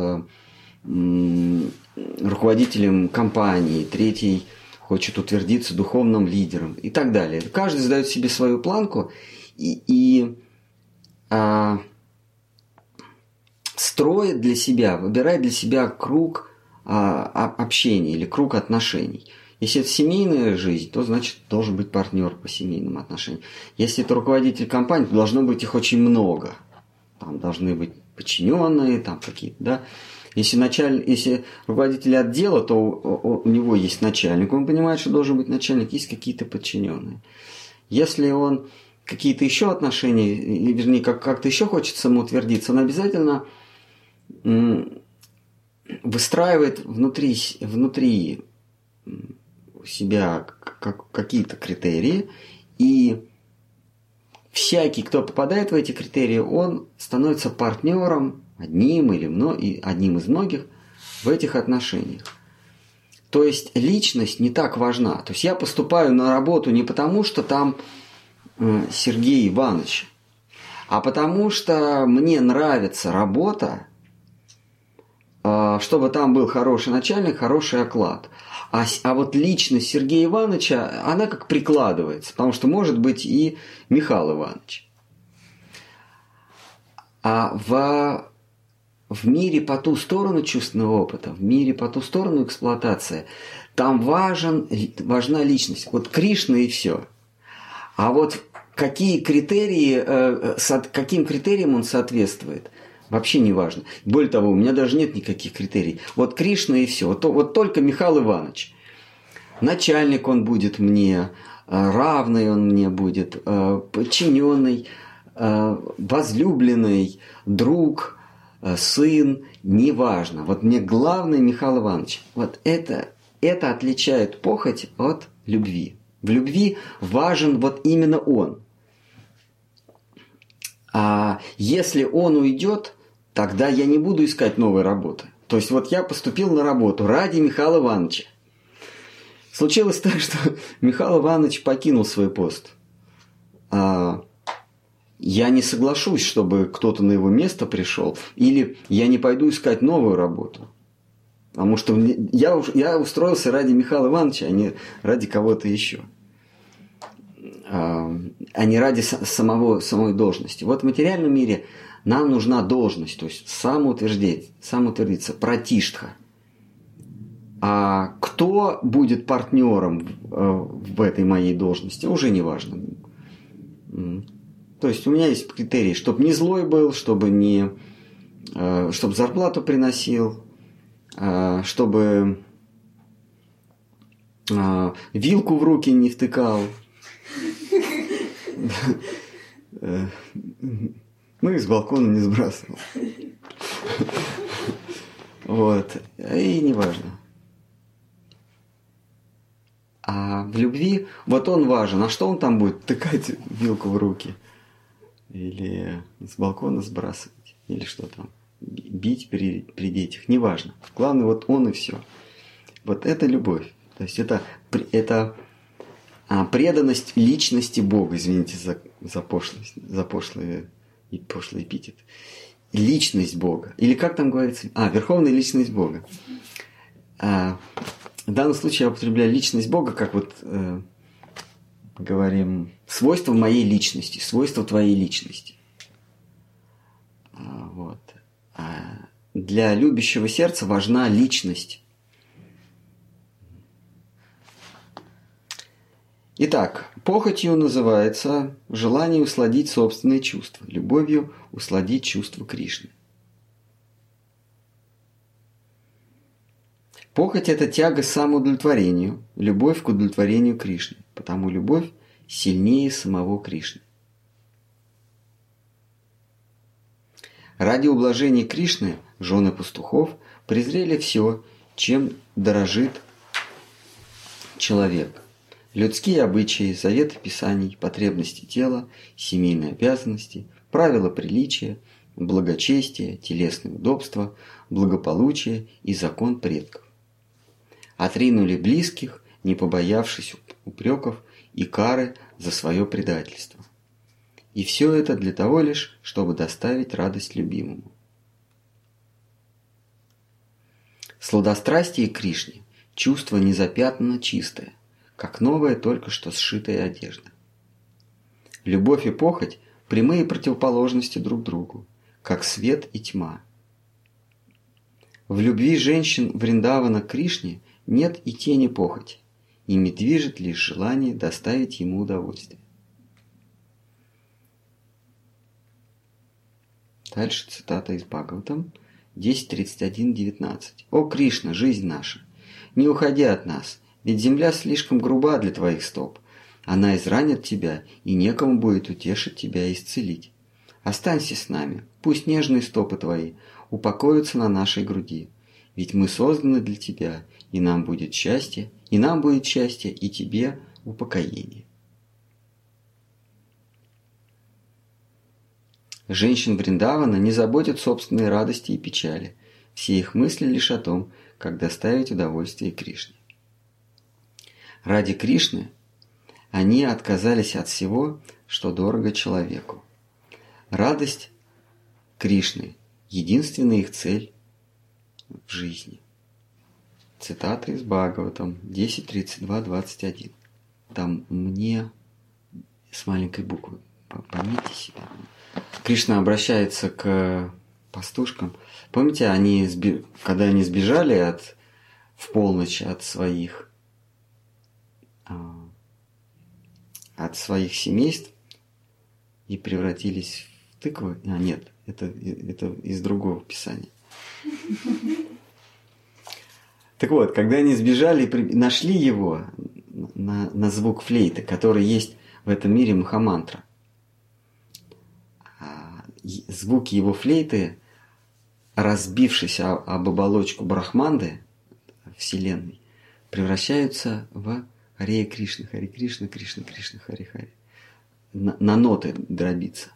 руководителем компании, третий хочет утвердиться духовным лидером и так далее. Каждый задает себе свою планку и строит для себя, выбирает для себя круг общения или круг отношений. Если это семейная жизнь, то значит должен быть партнер по семейным отношениям. Если это руководитель компании, то должно быть их очень много. Там должны быть подчиненные, там какие-то, да. Если руководитель отдела, то у него есть начальник, он понимает, что должен быть начальник, есть какие-то подчиненные. Если он какие-то еще отношения, вернее, как-то еще хочет самоутвердиться, он обязательно выстраивает внутри себя какие-то критерии, и всякий, кто попадает в эти критерии, он становится партнером, одним из многих в этих отношениях. То есть личность не так важна. То есть я поступаю на работу не потому, что там Сергей Иванович, а потому что мне нравится работа, чтобы там был хороший начальник, хороший оклад. А вот личность Сергея Ивановича, она как прикладывается, потому что может быть и Михаил Иванович. А в мире по ту сторону чувственного опыта, в мире по ту сторону эксплуатации, там важна личность. Вот Кришна и все. А вот какие критерии, каким критериям он соответствует, вообще не важно. Более того, у меня даже нет никаких критерий. Вот Кришна и все. Вот только Михаил Иванович. Начальник он будет мне, равный он мне будет, подчиненный, возлюбленный, друг, сын, неважно. Вот мне главное Михаил Иванович. Вот это отличает похоть от любви. В любви важен вот именно он. А если он уйдет, тогда я не буду искать новой работы. То есть вот я поступил на работу ради Михаила Ивановича. Случилось так, что Михаил Иванович покинул свой пост. Я не соглашусь, чтобы кто-то на его место пришел, или я не пойду искать новую работу. Потому что я устроился ради Михаила Ивановича, а не ради кого-то еще. А не ради самой должности. Вот в материальном мире нам нужна должность, то есть самоутвердиться, пратиштха. А кто будет партнером в этой моей должности, уже не важно. То есть у меня есть критерии, чтобы не злой был, чтобы зарплату приносил, чтобы вилку в руки не втыкал. Ну и с балкона не сбрасывал. Вот. И неважно. А в любви вот он важен. А что он там будет? Тыкать вилку в руки? Или с балкона сбрасывать? Или что там? Бить при детях? Неважно. Главное, вот он и все. Вот это любовь. То есть это преданность личности Бога. Извините за пошлость, за пошлый эпитет. Личность Бога. Или как там говорится? Верховная личность Бога. В данном случае я употребляю личность Бога, как вот говорим, свойство моей личности, свойство твоей личности. Вот. Для любящего сердца важна личность. Итак, похотью называется желание усладить собственные чувства, любовью усладить чувства Кришны. Похоть – это тяга к самоудовлетворению, любовь к удовлетворению Кришны, потому любовь сильнее самого Кришны. Ради ублажения Кришны жены пастухов презрели все, чем дорожит человек. Людские обычаи, заветы писаний, потребности тела, семейные обязанности, правила приличия, благочестие, телесные удобства, благополучие и закон предков. Отринули близких, не побоявшись упреков и кары за свое предательство. И все это для того лишь, чтобы доставить радость любимому. Сладострастие Кришне – чувство незапятнанно чистое, как новая только что сшитая одежда. Любовь и похоть – прямые противоположности друг другу, как свет и тьма. В любви женщин Вриндавана к Кришне нет и тени похоти, ими движет лишь желание доставить ему удовольствие. Дальше цитата из Бхагаватам 10.31.19. «О Кришна, жизнь наша, не уходи от нас, ведь земля слишком груба для твоих стоп. Она изранит тебя, и некому будет утешить тебя и исцелить. Останься с нами, пусть нежные стопы твои упокоятся на нашей груди, ведь мы созданы для тебя, и нам будет счастье, и тебе упокоение». Женщин Вриндавана не заботят собственные радости и печали. Все их мысли лишь о том, как доставить удовольствие Кришне. Ради Кришны они отказались от всего, что дорого человеку. Радость Кришны – единственная их цель в жизни. Цитата из Бхагаватам 10.32.21. Там «мне» с маленькой буквы. Помните себя. Кришна обращается к пастушкам. Помните, когда они сбежали в полночь от своих семейств, и превратились в тыквы. А нет, это из другого писания. Так вот, когда они сбежали и нашли его на звук флейты, который есть в этом мире Махамантра, звуки его флейты, разбившись об оболочку Брахманды, Вселенной, превращаются в Харе Кришна, Харе Кришна, Кришна, Кришна, Харе Харе. На ноты дробится.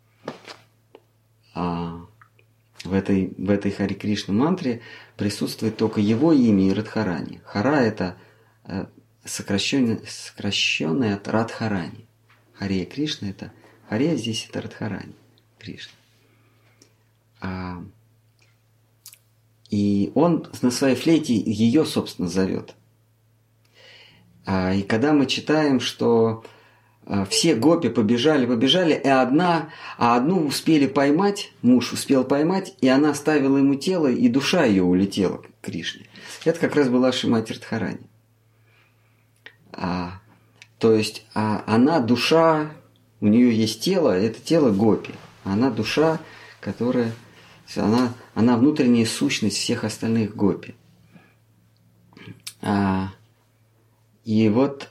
В этой Харе Кришна мантре присутствует только его имя и Радхарани. Хара – это сокращенное от Радхарани. Харе Кришна – это Харе, здесь это Радхарани. Кришна. И он на своей флейте ее, собственно, зовет. И когда мы читаем, что все гопи побежали, и одну успели поймать, муж успел поймать, и она оставила ему тело, и душа ее улетела к Кришне. Это как раз была Шримати Радхарани. То есть она душа, у нее есть тело, это тело гопи. Она душа, которая... Она внутренняя сущность всех остальных гопи. И вот...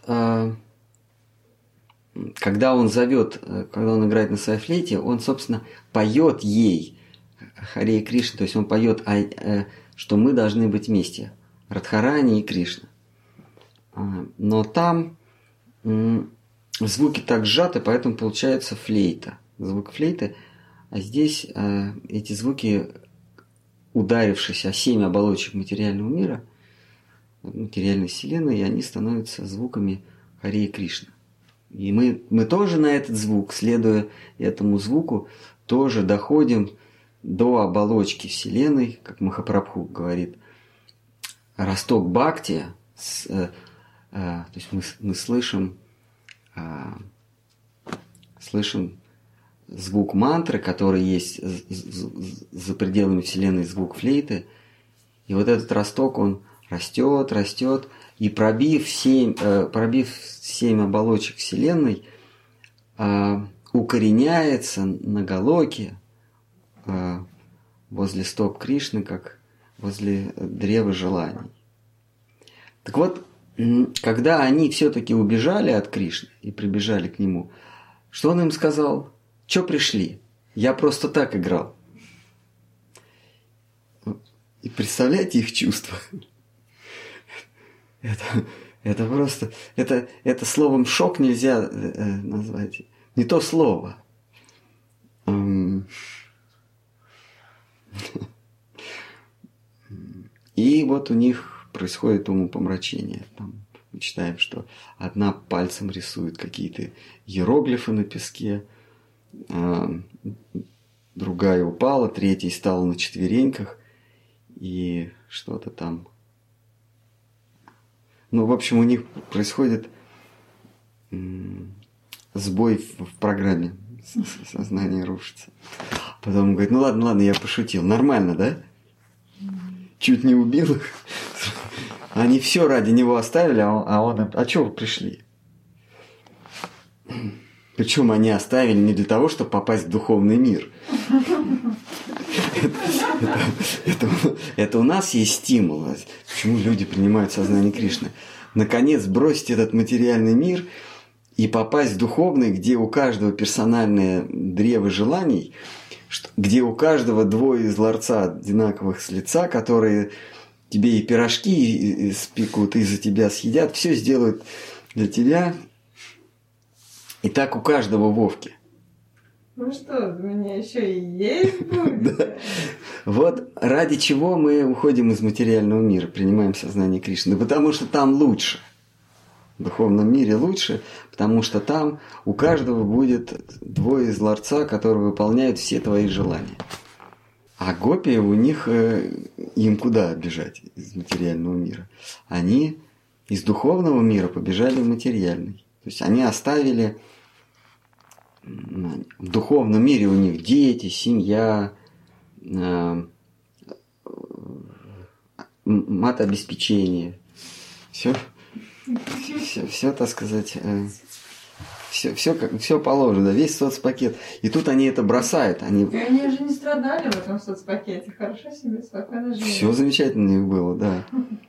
Когда он играет на своей флейте, он, собственно, поет ей Харе Кришна, то есть он поет, что мы должны быть вместе, Радхарани и Кришна. Но там звуки так сжаты, поэтому получается флейта, звук флейты, а здесь эти звуки, ударившись о 7 оболочек материального мира, материальной вселенной, они становятся звуками Харе Кришна. И мы тоже на этот звук, следуя этому звуку, тоже доходим до оболочки Вселенной, как Махапрабху говорит. Росток Бхакти, то есть мы слышим звук мантры, который есть за пределами Вселенной, звук флейты. И вот этот росток, он растет, и пробив 7 оболочек Вселенной, укореняется на Галоке возле стоп Кришны, как возле древа желаний. Так вот, когда они все-таки убежали от Кришны и прибежали к нему, что он им сказал? Че пришли? Я просто так играл. И представляете их чувства? Это просто... Это словом шок нельзя назвать. Не то слово. И вот у них происходит умопомрачение. Там мы читаем, что одна пальцем рисует какие-то иероглифы на песке, другая упала, третья стала на четвереньках, и что-то там... Ну, в общем, у них происходит сбой в программе. Сознание рушится. Потом он говорит, ну ладно, я пошутил. Нормально, да? Чуть не убил их. Они все ради него оставили, а чего вы пришли? Причем они оставили не для того, чтобы попасть в духовный мир. Это у нас есть стимул. Почему люди принимают сознание Кришны? Наконец бросить этот материальный мир и попасть в духовный, где у каждого персональное древо желаний, где у каждого двое из ларца одинаковых с лица, которые тебе и пирожки спекут, и за тебя съедят, все сделают для тебя. И так у каждого Вовки. Ну что, у меня еще и есть будет. Вот ради чего мы уходим из материального мира, принимаем сознание Кришны. Да потому что там лучше. В духовном мире лучше, потому что там у каждого будет двое из ларца, которые выполняют все твои желания. А гопи, у них им куда бежать из материального мира? Они из духовного мира побежали в материальный. То есть они оставили... В духовном мире у них дети, семья, матообеспечение. Все, так сказать, Все положено, весь соцпакет. И тут они это бросают. Они же не страдали в этом соцпакете. Хорошо себе, спокойно жили. Все замечательно у них было, да.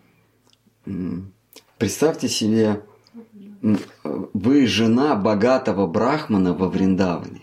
Представьте себе, вы жена богатого брахмана во Вриндаване.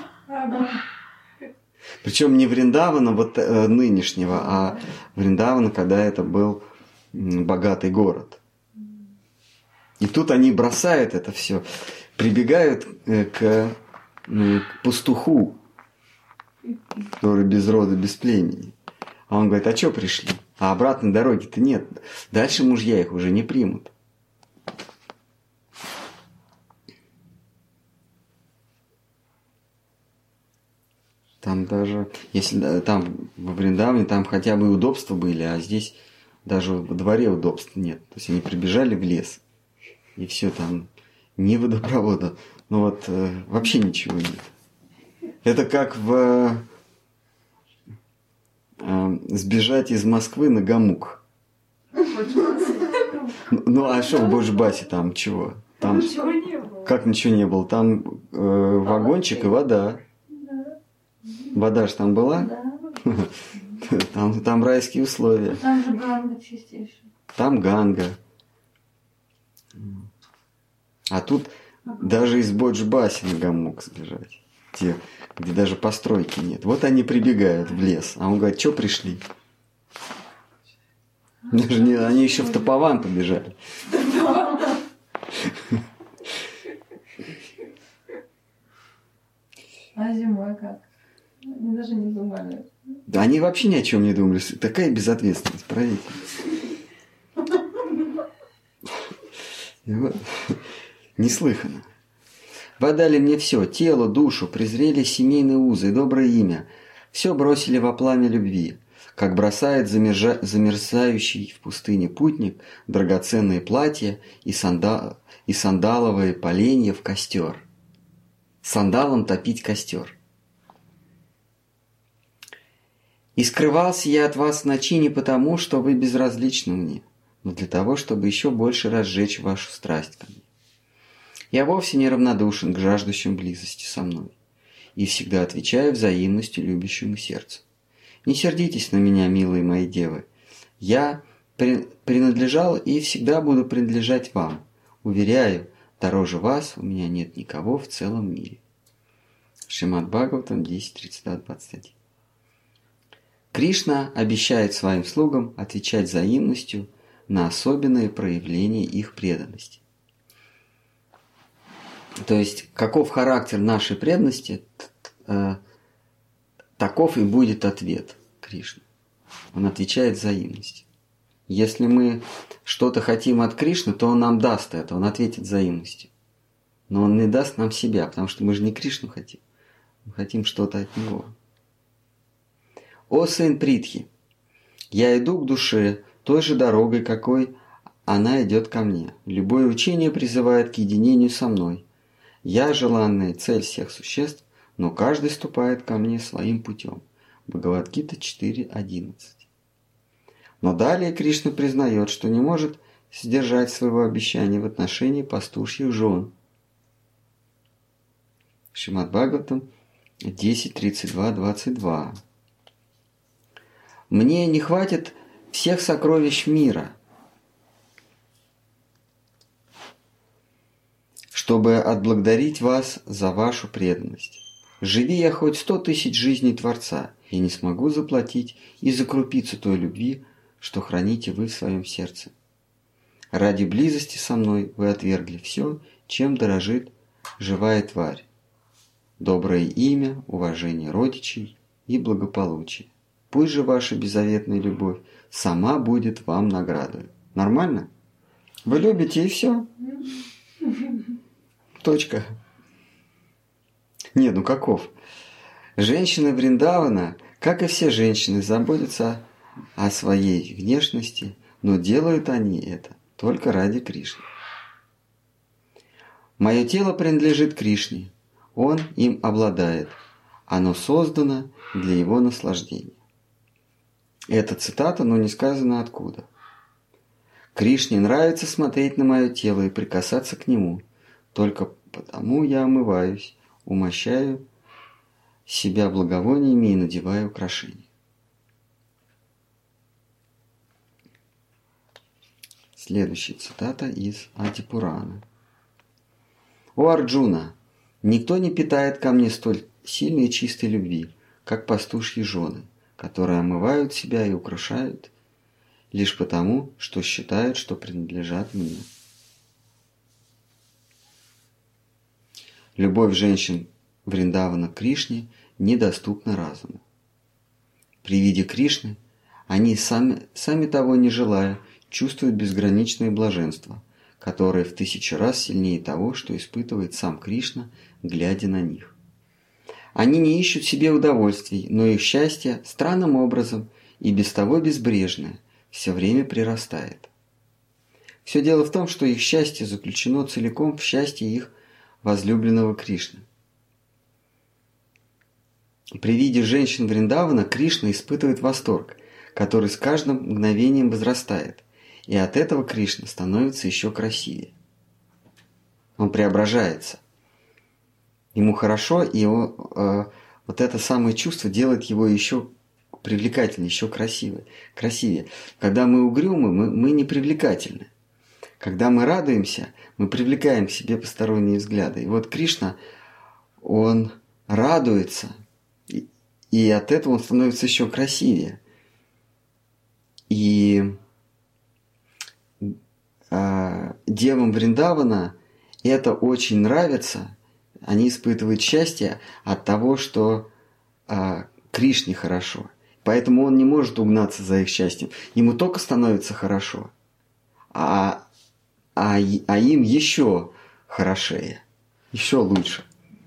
Причем не Вриндавана вот нынешнего, а Вриндавана, когда это был богатый город. И тут они бросают это все, прибегают к пастуху, который без рода, без племени. А он говорит, а что пришли? А обратной дороги-то нет. Дальше мужья их уже не примут. Там даже, если там во Вриндаване, там хотя бы удобства были, а здесь даже во дворе удобств нет. То есть они прибежали в лес, и все там, ни водопровода, ну вот вообще ничего нет. Это как сбежать из Москвы на Гамук. Ну а что в Боджбасе там чего? Там ничего не было. Как ничего не было? Там вагончик и вода. Вода же там была? Да. Там райские условия. Там же Ганга чистейшая. Там Ганга. А тут даже из Боджбаси на Гамук сбежать. Где даже постройки нет. Вот они прибегают в лес. А он говорит, что пришли? Они еще в Тапован побежали. А зимой как? Они даже не думали. Да они вообще ни о чем не думали. Такая безответственность, правильно? Неслыханно. Вы отдали мне все, тело, душу, презрели семейные узы и доброе имя. Все бросили во пламя любви, как бросает замерзающий в пустыне путник драгоценные платья и сандаловые поленья в костер. Сандалом топить костер. И скрывался я от вас в ночи не потому, что вы безразличны мне, но для того, чтобы еще больше разжечь вашу страсть ко мне. Я вовсе не равнодушен к жаждущим близости со мной и всегда отвечаю взаимностью любящему сердцу. Не сердитесь на меня, милые мои девы. Я принадлежал и всегда буду принадлежать вам. Уверяю, дороже вас у меня нет никого в целом мире. Шримад Бхагаватам 10.32-21. Кришна обещает своим слугам отвечать взаимностью на особенные проявления их преданности. То есть, каков характер нашей преданности, таков и будет ответ Кришны. Он отвечает взаимностью. Если мы что-то хотим от Кришны, то Он нам даст это, Он ответит взаимностью. Но Он не даст нам себя, потому что мы же не Кришну хотим. Мы хотим что-то от Него. О сын Притхи, я иду к душе той же дорогой, какой она идет ко мне. Любое учение призывает к единению со мной. Я желанная цель всех существ, но каждый ступает ко мне своим путем. Бхагавад-гита 4.11. Но далее Кришна признает, что не может сдержать своего обещания в отношении пастушьих жен. Шримад Бхагаватам 10.32-22. Мне не хватит всех сокровищ мира, чтобы отблагодарить вас за вашу преданность. Живи я хоть 100 000 жизней Творца, и не смогу заплатить и за крупицу той любви, что храните вы в своем сердце. Ради близости со мной вы отвергли все, чем дорожит живая тварь. Доброе имя, уважение родичей и благополучие. Пусть же ваша беззаветная любовь сама будет вам наградой. Нормально? Вы любите и все. Точка. Нет, ну каков? Женщины Вриндавана, как и все женщины, заботятся о своей внешности, но делают они это только ради Кришны. Мое тело принадлежит Кришне, Он им обладает, оно создано для его наслаждения. Это цитата, но не сказано откуда. Кришне нравится смотреть на мое тело и прикасаться к нему. Только потому я омываюсь, умощаю себя благовониями и надеваю украшения. Следующая цитата из Адипураны. «О Арджуна, никто не питает ко мне столь сильной и чистой любви, как пастушьи жены, которые омывают себя и украшают лишь потому, что считают, что принадлежат мне». Любовь женщин Вриндавана к Кришне недоступна разуму. При виде Кришны они, сами того не желая, чувствуют безграничное блаженство, которое в 1000 раз сильнее того, что испытывает сам Кришна, глядя на них. Они не ищут себе удовольствий, но их счастье странным образом и без того безбрежное все время прирастает. Все дело в том, что их счастье заключено целиком в счастье их возлюбленного Кришны. При виде женщин Вриндавана Кришна испытывает восторг, который с каждым мгновением возрастает, и от этого Кришна становится еще красивее. Он преображается. Ему хорошо, и вот это самое чувство делает его еще привлекательнее, еще красивее. Когда мы угрюмы, мы не привлекательны. Когда мы радуемся, мы привлекаем к себе посторонние взгляды. И вот Кришна, он радуется, и от этого он становится еще красивее. И девам Вриндавана это очень нравится. Они испытывают счастье от того, что Кришне хорошо. Поэтому он не может угнаться за их счастьем. Ему только становится хорошо, а им еще хорошее, еще лучше.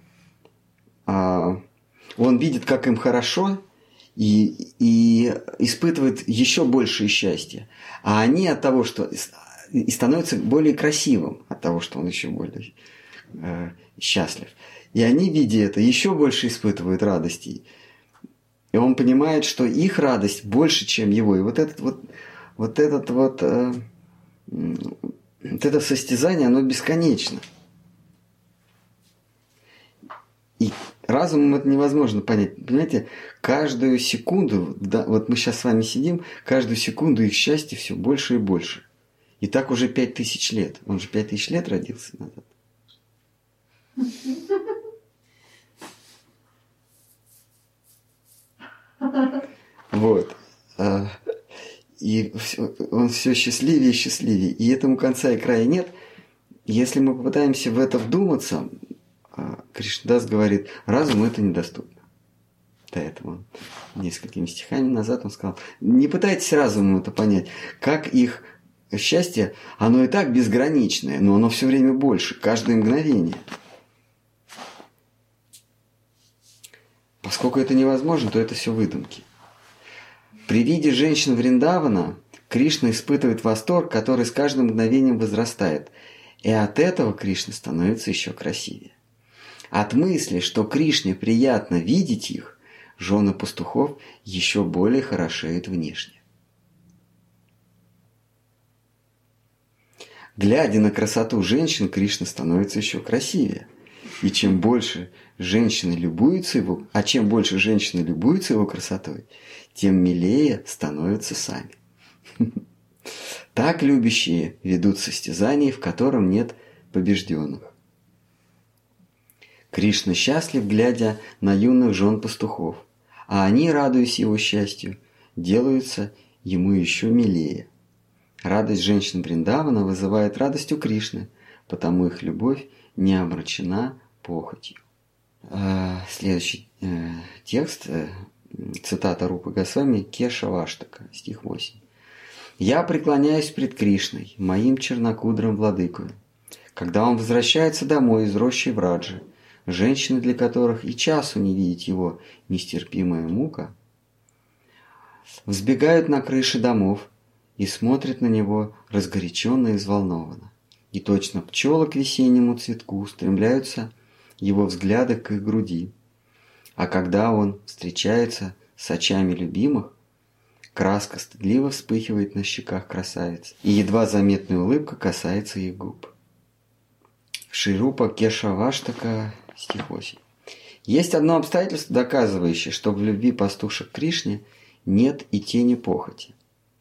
Он видит, как им хорошо, и испытывает еще большее счастье. А они от того, что... И становится более красивым от того, что он еще более счастлив. И они, видя это, еще больше испытывают радости. И он понимает, что их радость больше, чем его. И вот это состязание, оно бесконечно. И разумом это невозможно понять. Понимаете, каждую секунду, да, вот мы сейчас с вами сидим, каждую секунду их счастье все больше и больше. И так уже 5000 лет. Он же 5000 лет родился назад. Вот. И он все счастливее и счастливее. И этому конца и края нет. Если мы попытаемся в это вдуматься, Кришнадас говорит, разуму это недоступно. До этого несколькими стихами назад он сказал, не пытайтесь разумом это понять, как их счастье, оно и так безграничное, но оно все время больше, каждое мгновение. Поскольку это невозможно, то это все выдумки. При виде женщин Вриндавана Кришна испытывает восторг, который с каждым мгновением возрастает. И от этого Кришна становится еще красивее. От мысли, что Кришне приятно видеть их, жены пастухов еще более хорошеют внешне. Глядя на красоту женщин, Кришна становится еще красивее. И чем больше женщины любуются его, красотой, тем милее становятся сами. Так любящие ведут состязание, в котором нет побежденных. Кришна счастлив, глядя на юных жен пастухов, а они, радуясь его счастью, делаются ему еще милее. Радость женщин Вриндавана вызывает радость у Кришны, потому их любовь не омрачена похотью. Следующий текст, цитата Рупы Госвами, Кешаваштака, стих 8. «Я преклоняюсь пред Кришной, моим чернокудрым владыкою. Когда он возвращается домой из рощи Враджи, женщины, для которых и часу не видеть его нестерпимая мука, взбегают на крыши домов и смотрят на него разгоряченно и взволнованно. И точно пчелы к весеннему цветку устремляются его взгляды к их груди. А когда он встречается с очами любимых, краска стыдливо вспыхивает на щеках красавиц, и едва заметная улыбка касается их губ». Шри-рупа Кешаваштака, стих 8. Есть одно обстоятельство, доказывающее, что в любви пастушек к Кришне нет и тени похоти.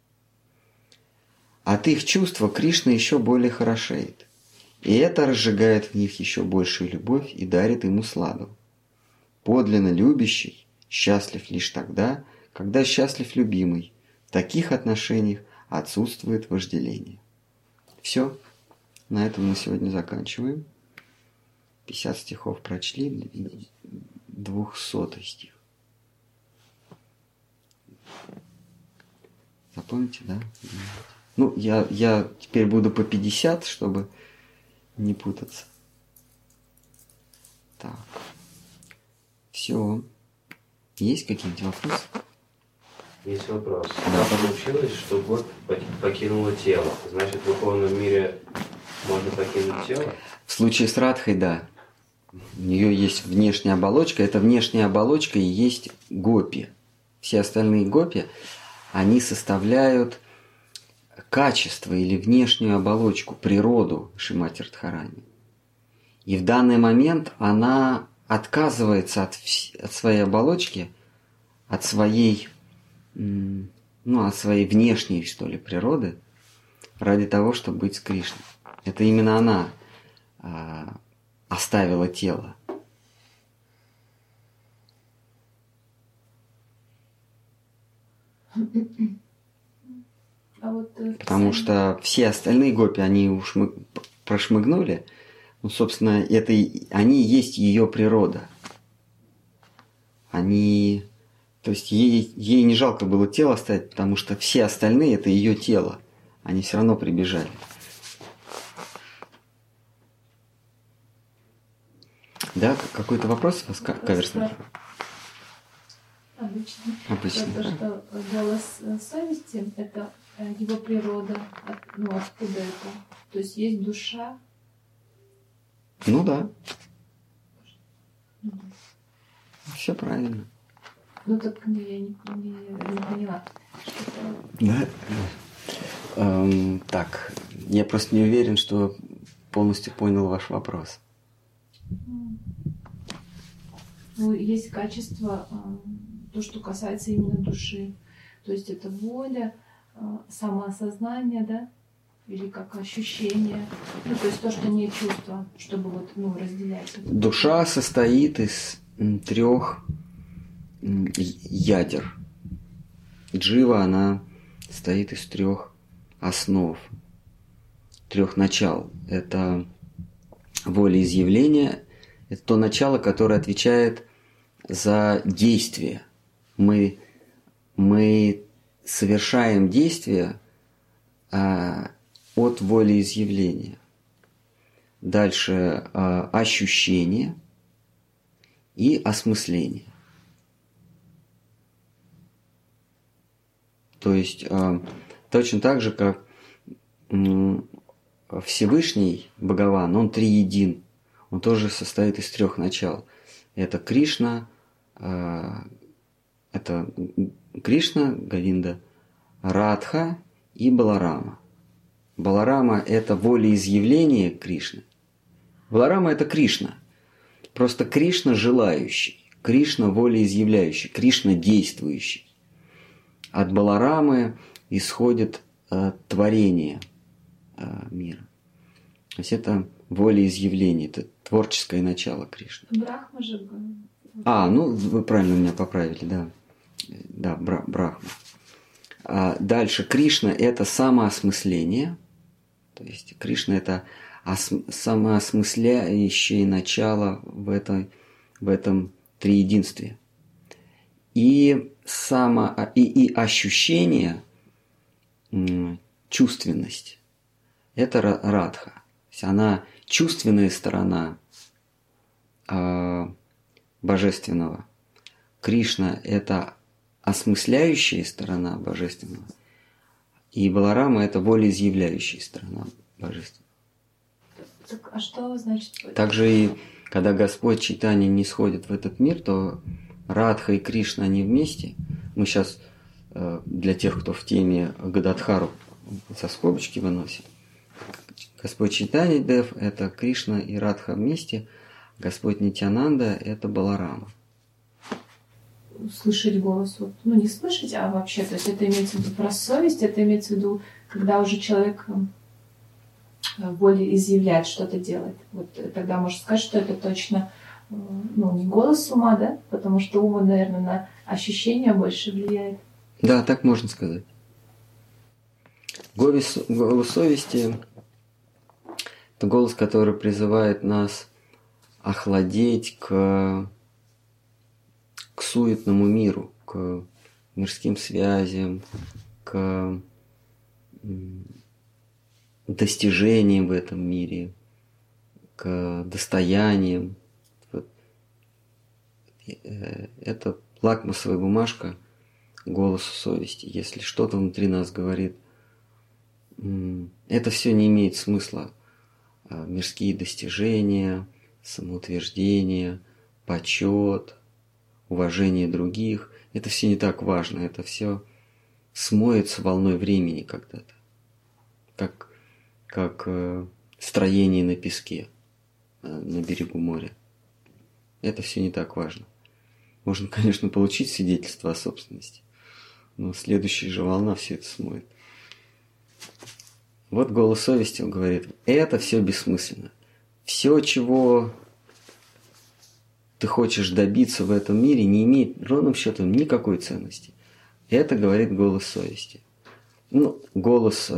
От их чувства Кришна еще более хорошеет. И это разжигает в них еще большую любовь и дарит ему сладу. Подлинно любящий счастлив лишь тогда, когда счастлив любимый. В таких отношениях отсутствует вожделение. Все. На этом мы сегодня заканчиваем. 50 стихов прочли, 200 стих. Запомните, да? Ну, я теперь буду по 50, чтобы не путаться. Так. Все. Есть какие-нибудь вопросы? Есть вопрос. Да. Получилось, что год покинуло тело. Значит, в духовном мире можно покинуть тело? В случае с Радхой, да. У нее есть внешняя оболочка. Эта внешняя оболочка и есть гопи. Все остальные гопи, они составляют качество или внешнюю оболочку, природу Шримати Радхарани. И в данный момент она отказывается от своей оболочки, от своей внешней, что ли, природы, ради того, чтобы быть с Кришной. Это именно она оставила тело. Потому что все остальные гопи, они прошмыгнули. Ну, собственно, они есть ее природа. То есть ей не жалко было тело оставить, потому что все остальные это ее тело. Они все равно прибежали. Да, какой-то вопрос у вас, Каверсман? Обычно. То, что голос совести – это его природа. Откуда это? То есть есть душа. Ну да. Все правильно. Ну так я не поняла. Да? Так, я просто не уверен, что полностью понял ваш вопрос. Ну, есть качество, то, что касается именно души. То есть это воля, самоосознание, да? Или как ощущение. Ну, то есть то, что не чувство, чтобы разделять. Душа состоит из 3 ядер. Джива, она состоит из 3 основ, 3 начал. Это волеизъявление, это то начало, которое отвечает за действие. Мы совершаем действие от волеизъявления. Дальше ощущение и осмысление. То есть точно так же, как Всевышний Бхагаван, он триедин. Он тоже состоит из 3 начал. Это Кришна, Говинда, Радха и Баларама. Баларама – это волеизъявление Кришны. Баларама – это Кришна. Просто Кришна желающий, Кришна волеизъявляющий, Кришна действующий. От Баларамы исходит творение мира. То есть это волеизъявление, это творческое начало Кришны. Брахма же. Вы правильно меня поправили, да. Да, Брахма. Дальше Кришна – это самоосмысление. То есть Кришна – это самоосмысляющее начало в этом триединстве. И ощущение, чувственность – это Радха. То есть она чувственная сторона божественного. Кришна – это осмысляющая сторона божественного. И Баларама – это волеизъявляющая сторона божественного. Так, а что значит? Также и когда Господь Чайтанья не сходит в этот мир, то Радха и Кришна, они вместе. Мы сейчас для тех, кто в теме Гададхару со скобочки выносим. Господь Чайтанья Дев – это Кришна и Радха вместе, Господь Нитьянанда – это Баларама. Слышать голос, вот, ну не слышать, а вообще, то есть это имеется в виду про совесть, это имеется в виду, когда уже человек волеизъявляет, что-то делает. Вот тогда можно сказать, что это точно, ну, не голос ума, да? Потому что ум, наверное, на ощущения больше влияет. Да, так можно сказать. Голос совести – это голос, который призывает нас охладеть к суетному миру, к мирским связям, к достижениям в этом мире, к достояниям. Вот. Это лакмусовая бумажка голосу совести. Если что-то внутри нас говорит, это все не имеет смысла. Мирские достижения, самоутверждение, почет, уважение других. Это все не так важно. Это все смоется волной времени когда-то. Как строение на песке на берегу моря. Это все не так важно. Можно, конечно, получить свидетельство о собственности, но следующая же волна все это смоет. Вот голос совести говорит, это все бессмысленно. Все, чего ты хочешь добиться в этом мире, не имеет ровным счетом никакой ценности. Это говорит голос совести. Ну, голос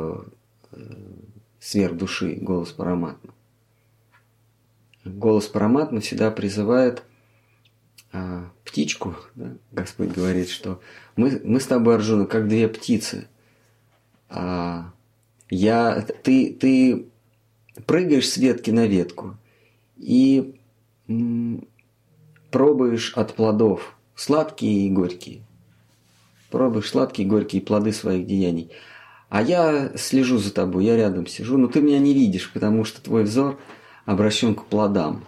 сверхдуши, голос Параматмы. Голос Параматмы всегда призывает птичку. Да? Господь говорит, что мы с тобой, Арджуна, как две птицы. Ты прыгаешь с ветки на ветку и пробуешь от плодов, сладкие и горькие. Пробуешь сладкие и горькие плоды своих деяний. А я слежу за тобой, я рядом сижу, но ты меня не видишь, потому что твой взор обращен к плодам.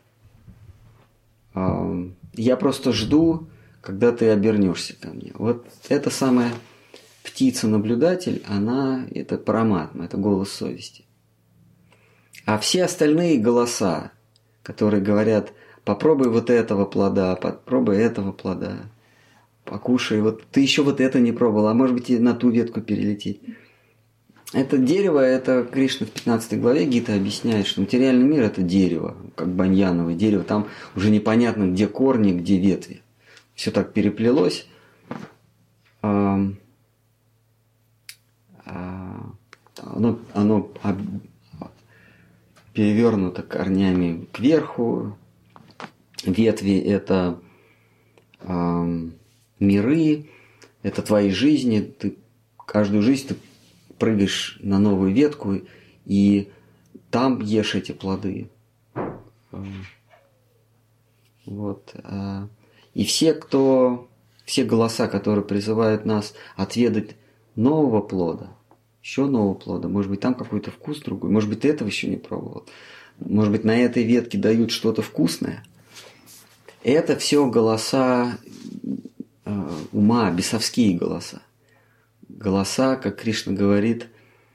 Я просто жду, когда ты обернешься ко мне. Вот эта самая птица-наблюдатель, это Параматма, это голос совести. А все остальные голоса, которые говорят, попробуй вот этого плода, попробуй этого плода, покушай, вот ты еще вот это не пробовал, а может быть и на ту ветку перелететь. Это дерево, это Кришна в 15 главе Гита объясняет, что материальный мир – это дерево, как баньяновое дерево, там уже непонятно, где корни, где ветви. Все так переплелось. Оно перевернуто корнями кверху. Ветви – это миры, это твои жизни. Ты каждую жизнь ты прыгаешь на новую ветку и там ешь эти плоды. Вот. И все голоса, которые призывают нас отведать нового плода, еще нового плода, может быть, там какой-то вкус другой, может быть, ты этого еще не пробовал, может быть, на этой ветке дают что-то вкусное. Это все голоса ума, бесовские голоса. Голоса, как Кришна говорит,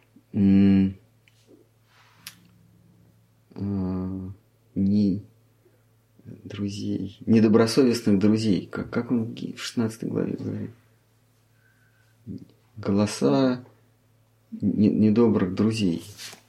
недобросовестных друзей. Как он в 16 главе говорит? Голоса недобрых друзей.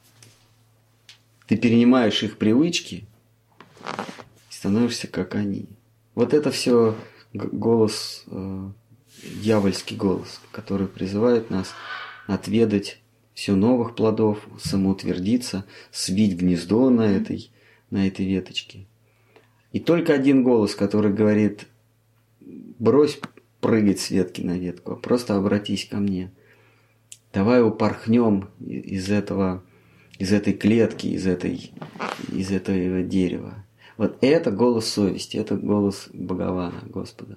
Ты перенимаешь их привычки и становишься как они. Вот это все голос, дьявольский голос, который призывает нас отведать все новых плодов, самоутвердиться, свить гнездо на этой веточке. И только один голос, который говорит, брось прыгать с ветки на ветку, а просто обратись ко мне. Давай упорхнем из этой клетки, из этого дерева. Вот это голос совести, это голос Бхагавана, Господа.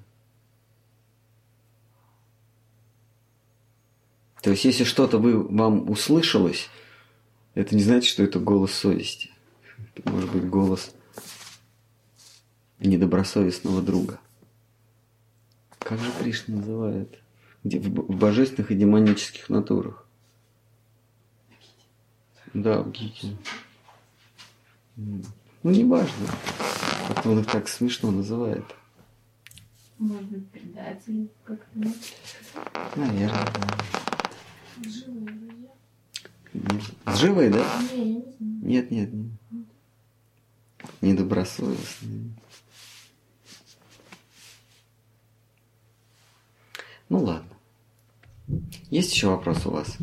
То есть, если что-то вам услышалось, это не значит, что это голос совести. Это может быть голос недобросовестного друга. Как же Кришна называет? В божественных и демонических натурах. Да, в ГИКе. Ну, не важно. Как он их так смешно называет. Может быть, предатели как-то, нет? Наверное, да. Живые друзья. Живые, да? Не, я не знаю. Нет, нет, нет. Недобросовестные. Ну ладно. Есть еще вопрос у вас?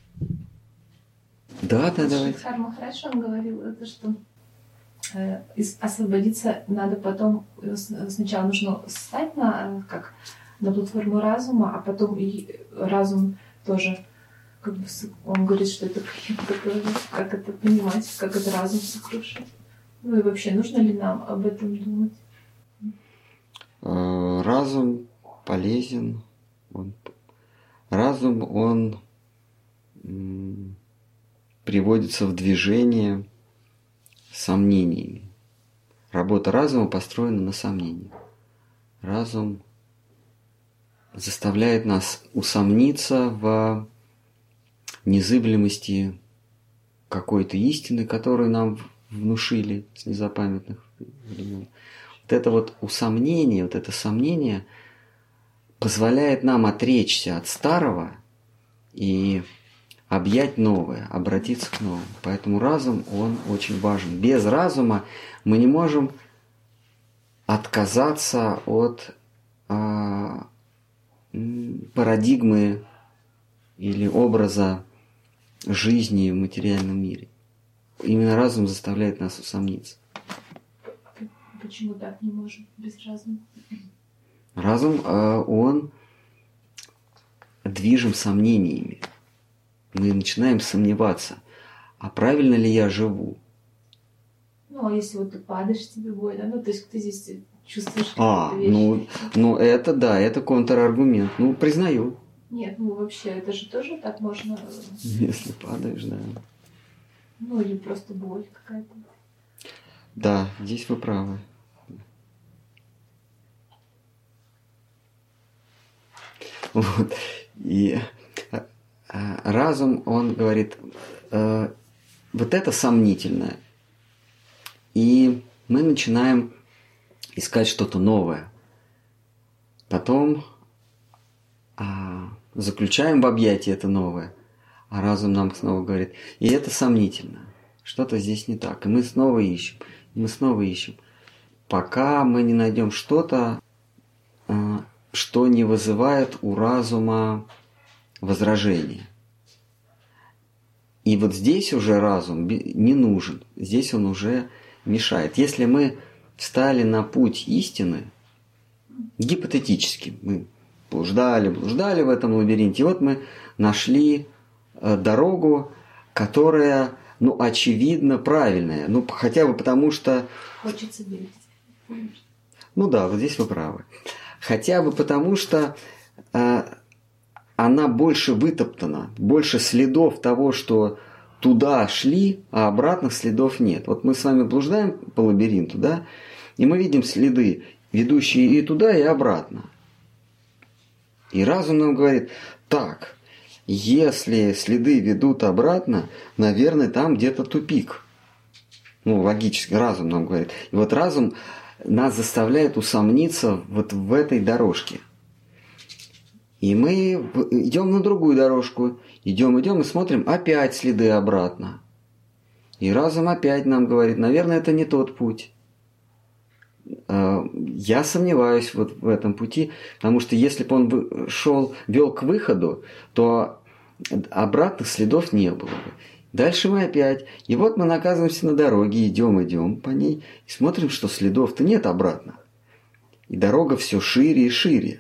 Да, давайте. Шри Махарадж, он говорил, это что освободиться надо потом, сначала нужно встать на платформу разума, а потом и разум тоже, как бы, он говорит, что это как это понимать, как это разум сокрушит. Ну и вообще, нужно ли нам об этом думать? Разум полезен. Разум, он приводится в движение сомнениями. Работа разума построена на сомнениях. Разум заставляет нас усомниться в незыблемости какой-то истины, которую нам внушили с незапамятных времен. Вот это вот усомнение, вот это сомнение позволяет нам отречься от старого и объять новое, обратиться к новому. Поэтому разум, он очень важен. Без разума мы не можем отказаться от парадигмы или образа жизни в материальном мире. Именно разум заставляет нас усомниться. Почему так не можем без разума? Разум, он движим сомнениями. Мы начинаем сомневаться, а правильно ли я живу? Ну, а если вот ты падаешь, тебе больно, ну, то есть ты здесь чувствуешь какие-то вещи. Ну, это да, это контраргумент. Ну, признаю. Нет, ну, вообще, это же тоже так можно... Если падаешь, да. Ну, или просто боль какая-то. Да, здесь вы правы. Вот. И разум, он говорит, вот это сомнительное. И мы начинаем искать что-то новое. Потом заключаем в объятии это новое. А разум нам снова говорит, и это сомнительно. Что-то здесь не так. И мы снова ищем. И мы снова ищем. Пока мы не найдем что-то, что не вызывает у разума возражения. И вот здесь уже разум не нужен. Здесь он уже мешает. Если мы встали на путь истины, гипотетически, мы блуждали в этом лабиринте, и вот мы нашли дорогу, которая, ну, очевидно, правильная. Ну, хотя бы потому, что... Хочется верить. Ну да, вот здесь вы правы. Хотя бы потому, что она больше вытоптана, больше следов того, что туда шли, а обратных следов нет. Вот мы с вами блуждаем по лабиринту, да, и мы видим следы, ведущие и туда, и обратно. И разум нам говорит, так, если следы ведут обратно, наверное, там где-то тупик. Ну, логически, разум нам говорит. И вот разум нас заставляет усомниться вот в этой дорожке. И мы идем на другую дорожку, идем и смотрим, опять следы обратно. И разум опять нам говорит, наверное, это не тот путь. Я сомневаюсь вот в этом пути, потому что если бы он вел к выходу, то обратных следов не было бы. Дальше мы опять. И вот мы оказываемся на дороге, идем по ней, и смотрим, что следов-то нет обратно. И дорога все шире и шире.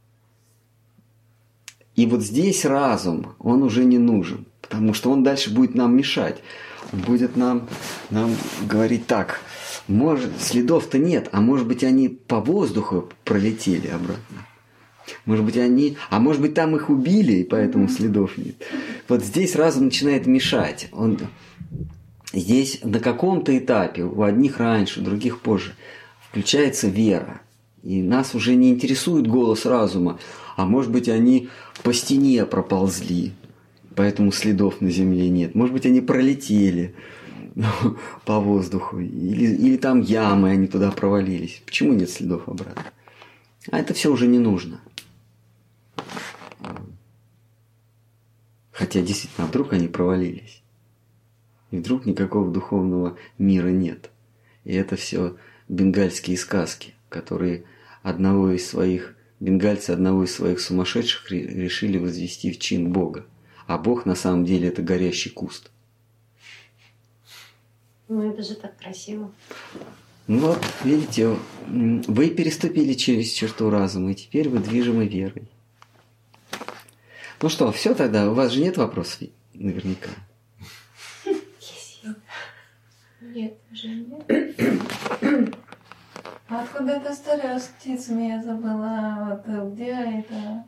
И вот здесь разум, он уже не нужен, потому что он дальше будет нам мешать. Он будет нам говорить так, может, следов-то нет, а может быть они по воздуху пролетели обратно. Может быть там их убили, и поэтому следов нет. Вот здесь разум начинает мешать. Здесь на каком-то этапе, у одних раньше, у других позже, включается вера. И нас уже не интересует голос разума, а может быть они по стене проползли, поэтому следов на Земле нет. Может быть, они пролетели по воздуху, или там ямы, они туда провалились. Почему нет следов обратно? А это все уже не нужно. Хотя действительно, а вдруг они провалились? И вдруг никакого духовного мира нет. И это все бенгальские сказки, которые бенгальцы одного из своих сумасшедших решили возвести в чин Бога. А Бог на самом деле это горящий куст. Ну это же так красиво. Ну вот, видите, вы переступили через черту разума, и теперь вы движимы верой. Ну что, все тогда? У вас же нет вопросов наверняка? Нет, уже нет. А откуда эта история с птицами? Я забыла. Вот где это?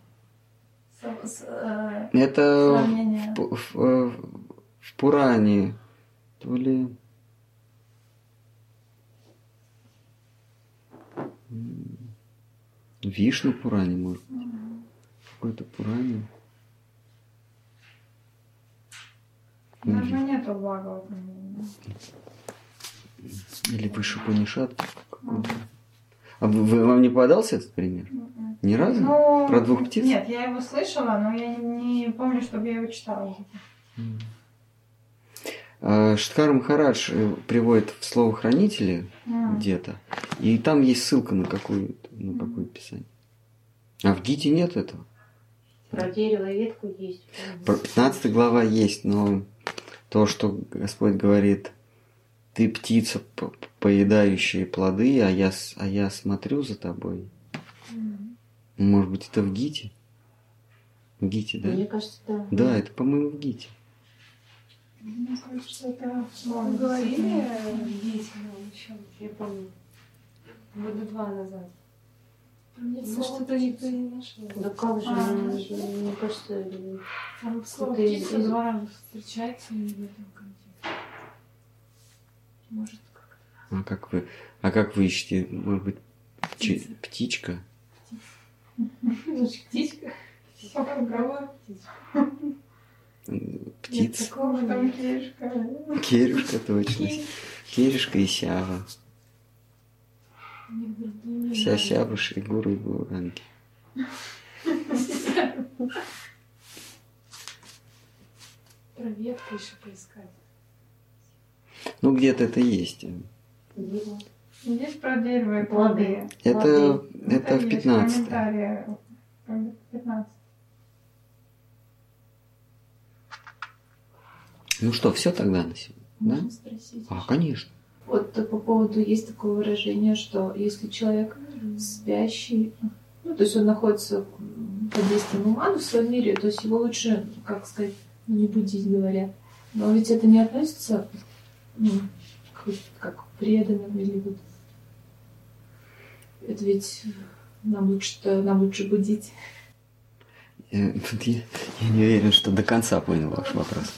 Это Сравнение. в Пуране. То ли... Вишну Пуране, может быть. Какой-то Пуране. Даже нету Бхагавата. Или выше Панишат какой-то. А вам не попадался этот пример? Ни разу? Ну, Про двух птиц? Нет, я его слышала, но я не помню, чтобы я его читала. Штхар Махарадж приводит в слово хранители где-то, и там есть ссылка на какое-то писание. А в Гите нет этого. Про дерево и ветку есть. Про 15 глава есть, но то, что Господь говорит, ты птица, поедающая плоды, а я смотрю за тобой. Может быть, это в Гите? В Гите, да? Мне кажется, да. Да, это, по-моему, в Гите. Мне кажется, это Мы говорили деятельно еще, я помню, года 2 назад. Нет, Может, это никто не нашел. Да как же, мне кажется, Там слово ты- птица 2 раза встречается и в этом контексте. Может, как-то. А как вы ищете, может быть, птичка? Птичка. Круговая птичка. Птица. такого там кишка. Керюшка, точно. Керюшка и сява. Вся сява, шригуру и гуранги. Про ветку еще поискать. Ну, где-то это есть. дерево. Здесь про дерево и Плоды. плоды. Это в есть 15. комментарии. 15. Ну что, все тогда на сегодня? Да? Можно спросить? А, конечно. Вот по поводу есть такое выражение, что если человек спящий, ну, то есть он находится под действием ума, но в своем мире, то есть его лучше, как сказать, не будить, говорят. Но ведь это не относится как к преданным или вот. Это ведь нам лучше будить. Я не уверен, что до конца понял ваш вопрос.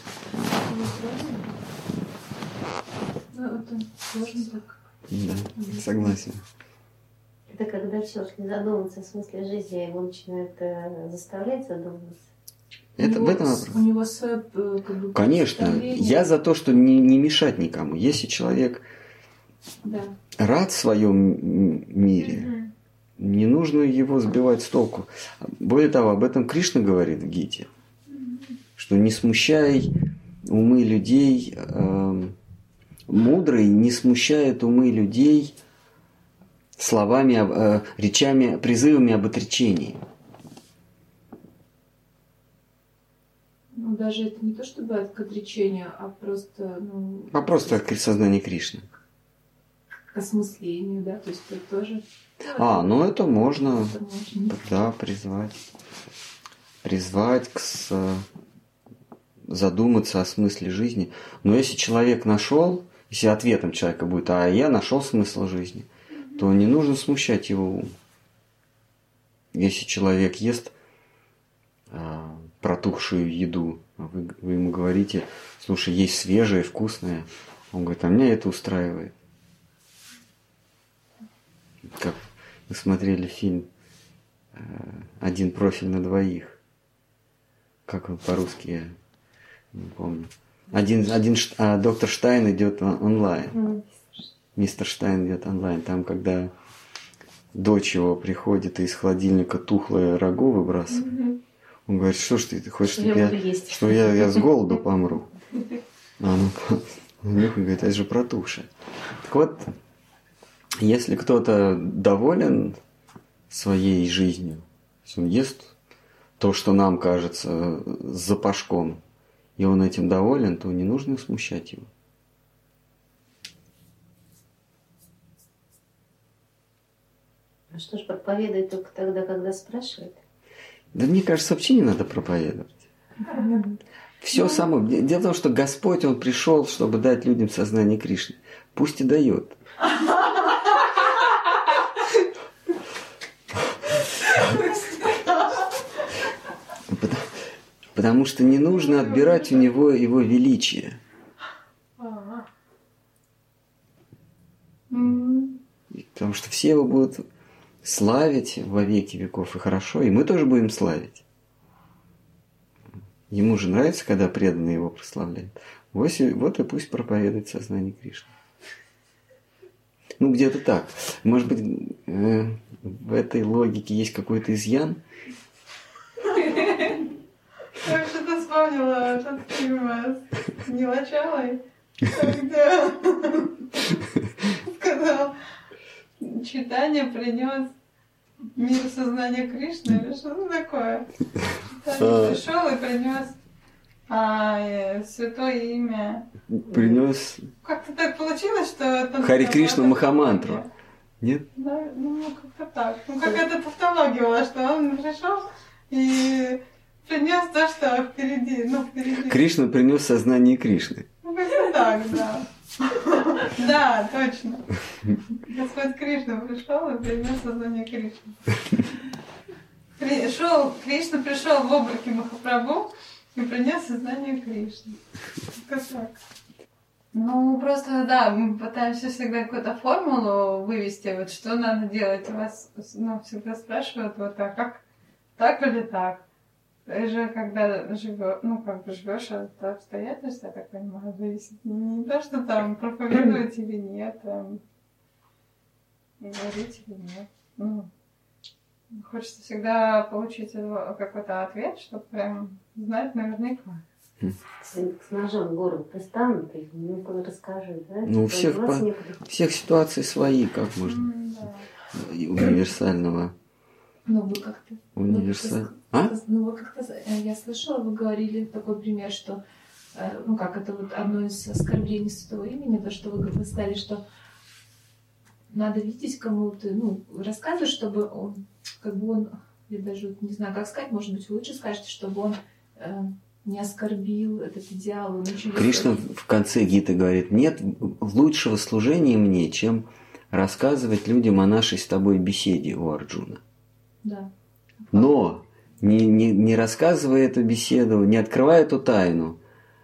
Ну, это сложно так. Да, согласен. Это когда человек не задумывается о смысле жизни, его начинает заставлять задумываться. Это в этом вопрос. У него свое, как бы, Конечно, представление. я за то, что не мешать никому. Если человек Да. рад в своем мире, не нужно его сбивать с толку. Более того, об этом Кришна говорит в Гите, что не смущай умы людей, мудрый не смущает умы людей словами, речами, призывами об отречении. Ну, даже это не то чтобы к отречению, а просто, А просто к сознанию Кришны. к осмыслению, да, то есть это тоже. Ну это можно Это можно. тогда призвать задуматься о смысле жизни. Но если человек нашел, если ответом человека будет, а я нашел смысл жизни, то не нужно смущать его ум. Если человек ест протухшую еду, а вы ему говорите, слушай, есть свежее, вкусное, он говорит, а меня это устраивает. Как мы смотрели фильм «Один профиль на двоих». Как он по-русски? Не помню. Доктор Штайн идет онлайн. Мистер Штайн идет онлайн. Там, когда дочь его приходит и из холодильника тухлое рагу выбрасывает, он говорит, что ж ты хочешь, что я с голоду помру. А она нюхает, говорит, это же протухшее. Так вот, если кто-то доволен своей жизнью, если он ест то, что нам кажется с запашком, и он этим доволен, то не нужно смущать его. А что ж проповедует только тогда, когда спрашивает? Да мне кажется, вообще не надо проповедовать. Все само. Дело в том, что Господь, Он пришел, чтобы дать людям сознание Кришны. Пусть и дает. Потому что не нужно отбирать у него его величие. Потому что все его будут славить во веки веков, и хорошо, и мы тоже будем славить. Ему же нравится, когда преданные его прославляют. Вот и пусть проповедует сознание Кришны. Ну, где-то так. Может быть, в этой логике есть какой-то изъян? Я что-то вспомнила этот фильм с Милочалой, когда сказал, читание принес мир сознания Кришны, или что-то такое. Читание пришел и принес святое имя. Принес. Как-то так получилось, что это... Хари Кришна Махамантру. Нет? Да, ну, как-то так. Ну, какая-то тавтология была, что он пришел и принес то, что впереди. Кришна принес сознание Кришны. Ну, как-то так, да. Да, точно. Господь Кришна пришел и принес сознание Кришны. Кришна пришел в облаке Махапрабху и принес сознание Кришны. Как так? Ну, просто, да, мы пытаемся всегда какую-то формулу вывести, вот что надо делать. У вас, всегда спрашивают, вот, а как, так или так? Ты же, когда живешь от обстоятельств, я так понимаю, зависит не то, что там проповедовать или нет, говорить или нет. Хочется всегда получить какой-то ответ, чтобы прям знать наверняка. С ножом в горло пристанут, и ну расскажи, да? Ну, у всех ситуаций свои, как можно универсального. Ну, вы как-то... вы как-то... Я слышала, вы говорили такой пример, что... это вот одно из оскорблений святого имени, то, что вы сказали, что надо видеть кому-то, рассказывать, чтобы он, я даже не знаю, как сказать, может быть, вы лучше скажете, чтобы он не оскорбил этот идеал. Кришна в конце Гиты говорит, нет лучшего служения мне, чем рассказывать людям о нашей с тобой беседе, о Арджуна. Да. Но не рассказывая эту беседу, не открывая эту тайну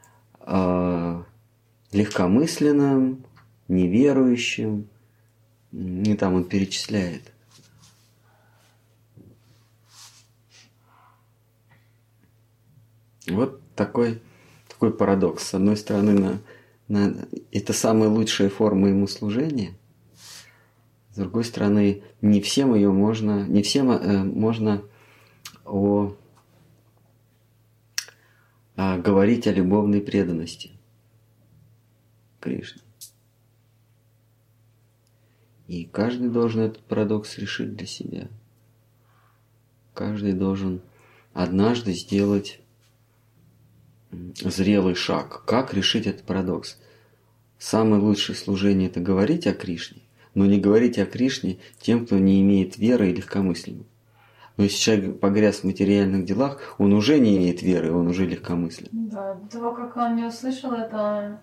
легкомысленным, неверующим, и там он перечисляет. Вот такой парадокс. С одной стороны, это самая лучшая форма ему служения. С другой стороны, не всем можно говорить о любовной преданности Кришне. И каждый должен этот парадокс решить для себя. Каждый должен однажды сделать зрелый шаг. Как решить этот парадокс? Самое лучшее служение – это говорить о Кришне, но не говорить о Кришне тем, кто не имеет веры и легкомыслия. Но если человек погряз в материальных делах, он уже не имеет веры, он уже легкомыслен. Да, до того, как он не услышал это,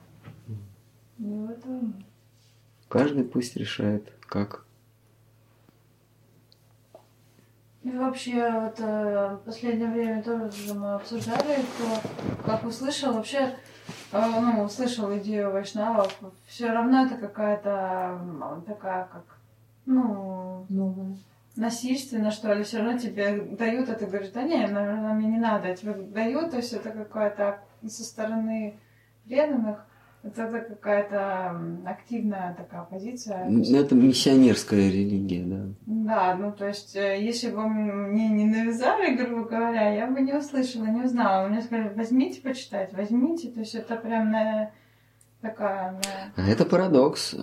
Каждый пусть решает, как. И вообще, вот в последнее время тоже мы обсуждали, как услышал, вообще, услышал идею вайшнавов, все равно это какая-то такая, как, новая. насильственно, что ли, все равно тебе дают, а ты говоришь, да не, наверное, мне не надо, а тебе дают, то есть это какая-то со стороны преданных, это какая-то активная такая позиция. Это миссионерская религия, да. Да, ну то есть, если бы мне не навязали, грубо говоря, я бы не услышала, не узнала. Мне сказали, возьмите почитать, возьмите, то есть это прям такая... Это парадокс.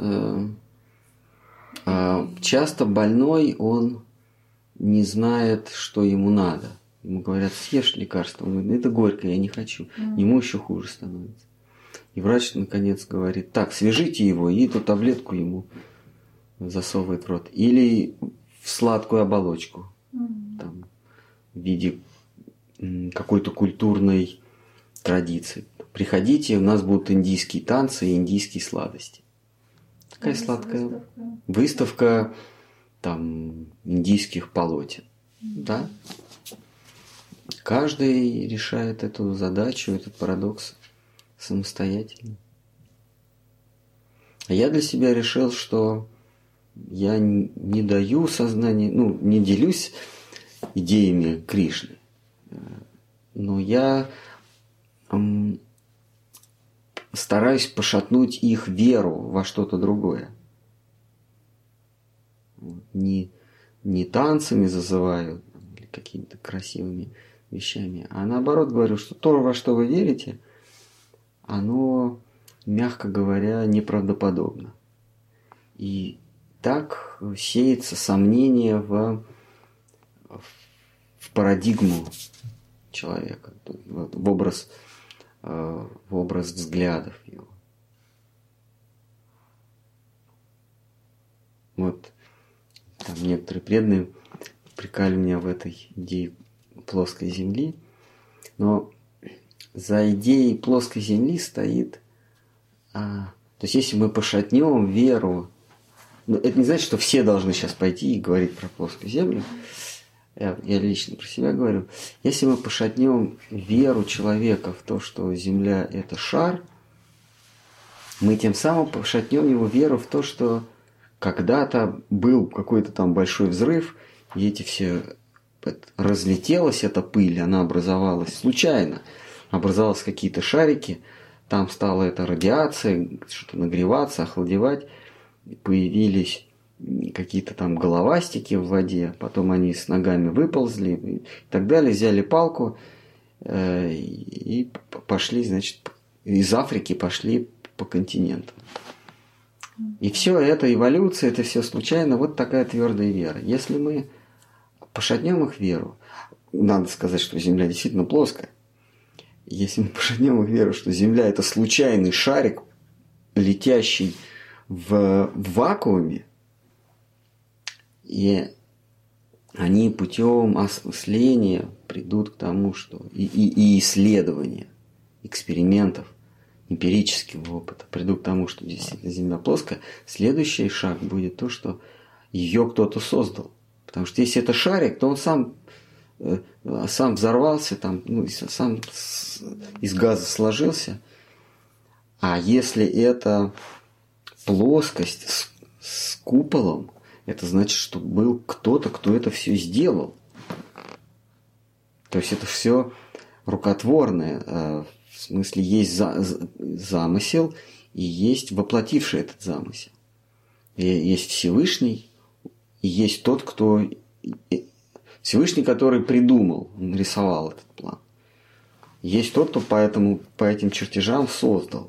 Часто больной, он не знает, что ему надо. Ему говорят, съешь лекарство. Он говорит, это горько, я не хочу. Ему еще хуже становится. И врач, наконец, говорит, так, свяжите его, и эту таблетку ему засовывает в рот. Или в сладкую оболочку. Там, в виде какой-то культурной традиции. Приходите, у нас будут индийские танцы и индийские сладости. Такая сладкая выставка там, индийских полотен. Да? Каждый решает эту задачу, этот парадокс самостоятельно. А я для себя решил, что я не даю сознанию, не делюсь идеями Кришны, но я стараюсь пошатнуть их веру во что-то другое. Не танцами зазываю или какими-то красивыми вещами, а наоборот говорю, что то, во что вы верите, оно, мягко говоря, неправдоподобно. И так сеется сомнение в парадигму человека, в образ взглядов его. Вот там некоторые преданные упрекали меня в этой идее плоской земли, но за идеей плоской земли стоит, то есть если мы пошатнем веру, это не значит, что все должны сейчас пойти и говорить про плоскую землю. Я лично про себя говорю. Если мы пошатнем веру человека в то, что Земля – это шар, мы тем самым пошатнем его веру в то, что когда-то был какой-то там большой взрыв, и эти все разлетелась эта пыль, она образовалась случайно. Образовались какие-то шарики, там стала эта радиация, что-то нагреваться, охладевать, появились какие-то там головастики в воде, потом они с ногами выползли и так далее, взяли палку и пошли, значит, из Африки пошли по континентам. И все это эволюция, это все случайно, вот такая твердая вера. Если мы пошатнем их веру, надо сказать, что Земля действительно плоская. Если мы пошатнем их веру, что Земля – это случайный шарик, летящий в вакууме, и они путем осмысления придут к тому, что и исследования, экспериментов, эмпирического опыта придут к тому, что действительно Земля плоская, следующий шаг будет то, что ее кто-то создал. Потому что если это шарик, то он сам взорвался, сам из газа сложился. А если это плоскость с куполом, это значит, что был кто-то, кто это все сделал. То есть это все рукотворное. В смысле, есть замысел и есть воплотивший этот замысел. И есть Всевышний, и есть тот, кто... Всевышний, который придумал, нарисовал этот план. Есть тот, кто по этим чертежам создал.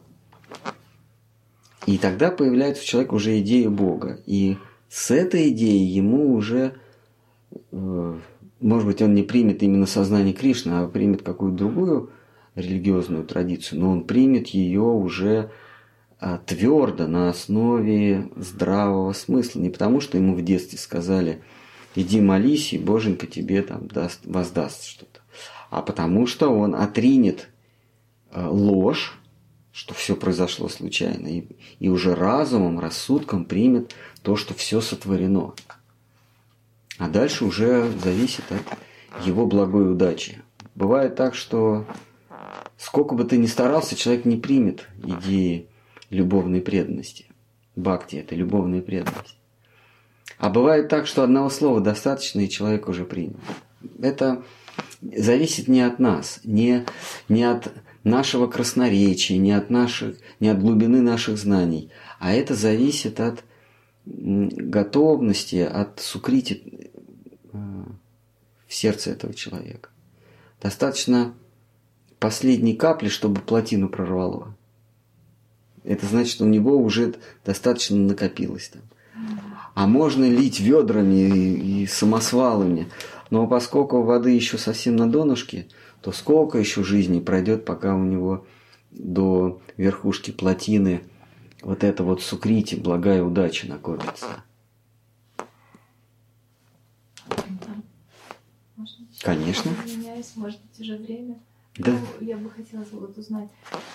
И тогда появляется у человека уже идея Бога. И с этой идеей ему уже, может быть, он не примет именно сознание Кришны, а примет какую-то другую религиозную традицию, но он примет ее уже твердо на основе здравого смысла. Не потому, что ему в детстве сказали, иди молись, и Боженька тебе там воздаст что-то. А потому что он отринет ложь, что все произошло случайно, и уже разумом, рассудком примет то, что все сотворено. А дальше уже зависит от его благой удачи. Бывает так, что сколько бы ты ни старался, человек не примет идеи любовной преданности. Бхакти – это любовная преданность. А бывает так, что одного слова достаточно, и человек уже принял. Это зависит не от нас, не от нашего красноречия, не от глубины наших знаний, а это зависит от готовности, от сукрити в сердце этого человека. Достаточно последней капли, чтобы плотину прорвало. Это значит, что у него уже достаточно накопилось там. А можно лить ведрами и самосвалами, но поскольку воды еще совсем на донышке, то сколько еще жизни пройдет, пока у него до верхушки плотины вот это вот сукрити, благая удача накопится. Конечно. Меняюсь, может быть, уже время. Да. Ну, я бы хотела вот узнать.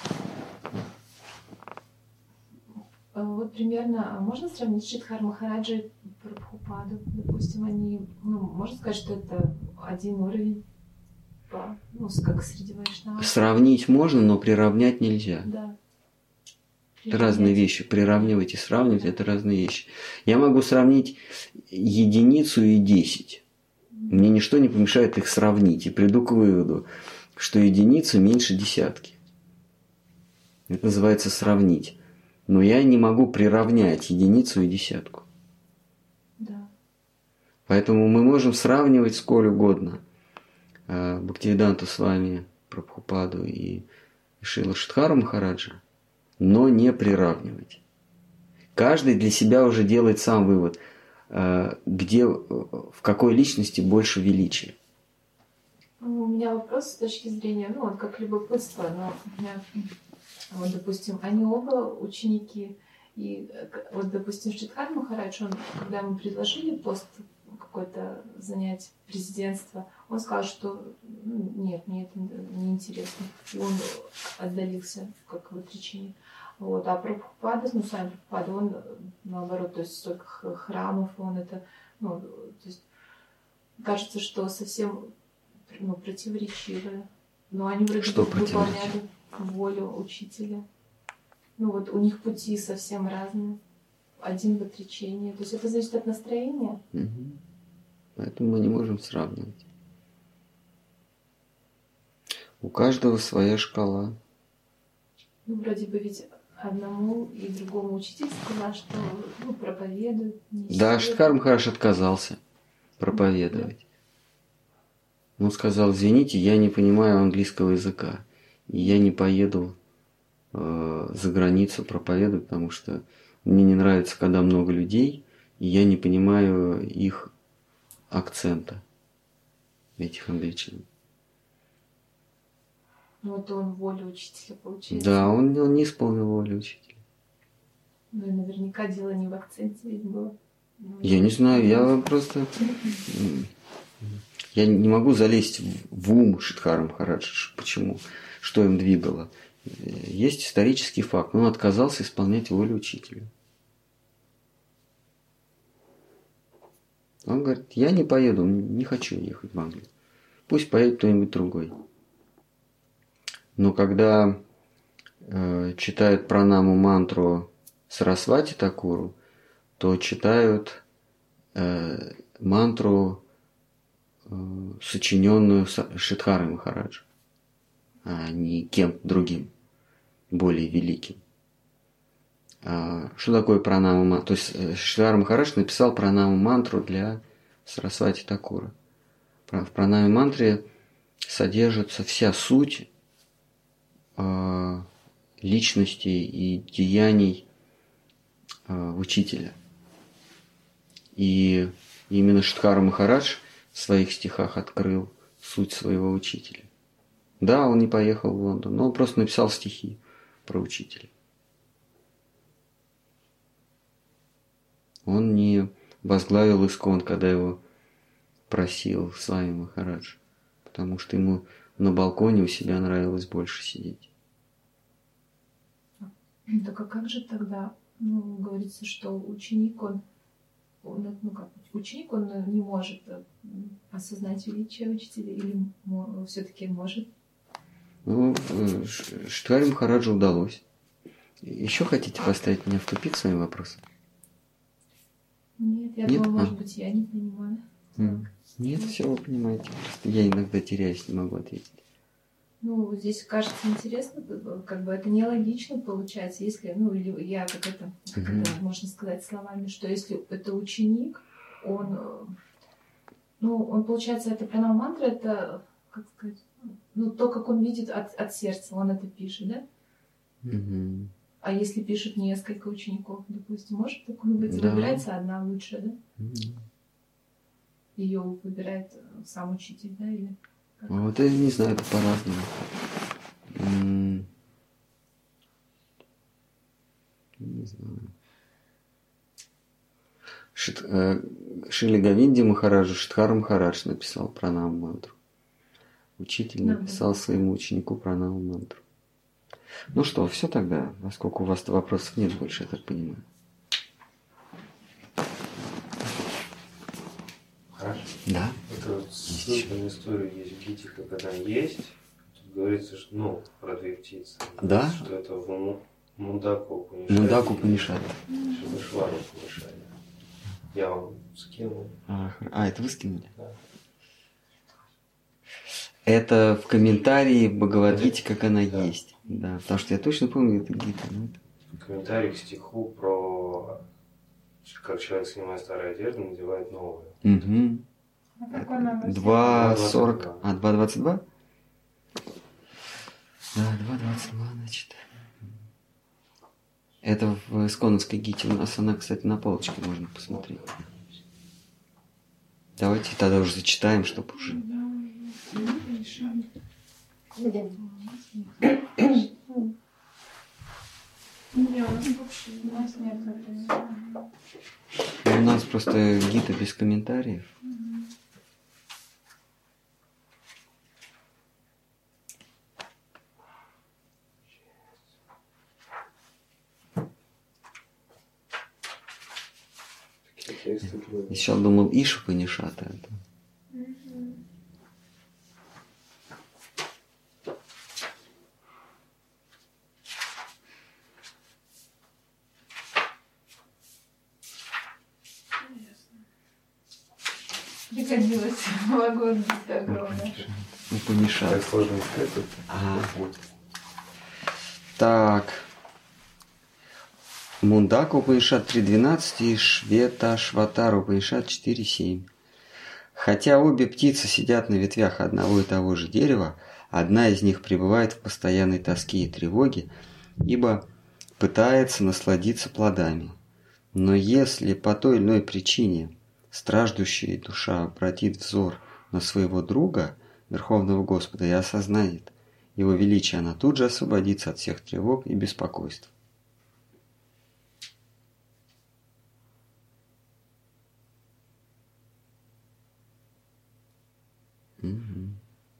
Вот примерно, можно сравнить Шридхар Махараджа и Прабхупаду? Допустим, они, можно сказать, что это один уровень, как среди вайшнавов? Сравнить можно, но приравнять нельзя. Да. Это разные вещи. Приравнивать и сравнивать – это разные вещи. Я могу сравнить единицу и 10. Мне ничто не помешает их сравнить. И приду к выводу, что единица меньше десятки. Это называется сравнить. Но я не могу приравнять единицу и десятку. Да. Поэтому мы можем сравнивать сколь угодно Бхактивиданту Свами, Прабхупаду и Шрила Шридхара Махараджа, но не приравнивать. Каждый для себя уже делает сам вывод, в какой личности больше величия. У меня вопрос с точки зрения, как любопытство, но у меня... Вот, допустим, они оба ученики, и вот, допустим, Шридхар Махарадж, когда ему предложили пост какой-то занять президентство, он сказал, что нет, мне это не интересно, и он отдалился как в отречении. Вот, а Прабхупада, сам Прабхупада, он наоборот, то есть столько храмов, он это, то есть кажется, что совсем противоречивое, но они вроде бы выполняли волю учителя. У них пути совсем разные. Один в отречении. То есть это зависит от настроения. Угу. Поэтому мы не можем сравнивать. У каждого своя шкала. Вроде бы ведь одному и другому учитель сказал, что проповедуют. Да, Шридхар Махарадж отказался проповедовать. Он сказал: извините, я не понимаю английского языка. И я не поеду за границу проповедовать, потому что мне не нравится, когда много людей, и я не понимаю их акцента, этих англичан. Это он волю учителя получается. Да, он не исполнил волю учителя. И наверняка дело не в акценте ведь было. Я не знаю, я просто... Я не могу залезть в ум Шридхара Махараджа. Почему? Что им двигало? Есть исторический факт. Он отказался исполнять волю учителя. Он говорит: я не поеду, не хочу ехать в Англию. Пусть поедет кто-нибудь другой. Но когда читают пранаму мантру Сарасвати Такуру, то читают мантру, сочиненную Шридхарой Махараджем, а не кем-то другим, более великим. Что такое пранама мантру? То есть Шридхар Махарадж написал пранаму мантру для Сарасвати Такура. В пранаме мантре содержится вся суть личности и деяний учителя. И именно Шридхар Махарадж в своих стихах открыл суть своего учителя. Да, он не поехал в Лондон, но он просто написал стихи про учителя. Он не возглавил Искон, когда его просил Свами Махарадж, потому что ему на балконе у себя нравилось больше сидеть. Так а как же тогда, говорится, что ученик, он не может осознать величие учителя или все-таки может? Шридхаре Махараджу удалось. Еще хотите поставить меня в тупик своим вопросом? Нет, я Нет? думала, может быть, я не понимаю. Нет, все вы понимаете. Просто я иногда теряюсь, не могу ответить. Ну, здесь кажется интересно, как бы это нелогично получается, если, ну, или я как это можно сказать словами, что если это ученик, он, ну, он, получается, это пранама мантра, это, как сказать, ну, то, как он видит от сердца, он это пишет, да? А если пишут несколько учеников, допустим, может такое быть? Да. Выбирается одна лучшая, да? Ее выбирает сам учитель, да? Или как? Вот я не знаю, это по-разному. Не знаю. Шрила Говинди Махараджу Шидхара Махарадж написал пранама мантру. Учитель написал своему ученику пранама мантру. Ну что, все тогда, поскольку у вас вопросов нет больше, я так понимаю. Хорошо. Да. Это вот ссылка на историю есть в Гите, как она есть. Тут говорится, что, ну, про две птицы. Да? Что это в Мундаку Упанишаде. Мундаку Упанишаде. Шивашвару Упанишаде. Я вам скинул. Это вы скинули? Да. Это в комментарии в Бхагавад-гите, как она есть. Да, потому что я точно помню, это Гита. Комментарий к стиху про как человек, снимая старую одежду, надевает новую. Угу. А какой номер? 2.40. 2.22? Да, 2.22, значит. Это в Исконовской гите. У нас она, кстати, на полочке можно посмотреть. Давайте тогда уже зачитаем, чтобы уже... Где? Нет, вообще у нас нет этого. У нас просто гита без комментариев. Я сначала думал Иша Панишата. Это. Пригодилось. Вагон огромный. Упанишат. Так сложно искать тут. Так. Мундака Упанишат 3.12 и Шветашватара Упанишат 4.7. Хотя обе птицы сидят на ветвях одного и того же дерева, одна из них пребывает в постоянной тоске и тревоге, ибо пытается насладиться плодами. Но если по той или иной причине страждущая душа обратит взор на своего друга, Верховного Господа, и осознает его величие, она тут же освободится от всех тревог и беспокойств. Угу.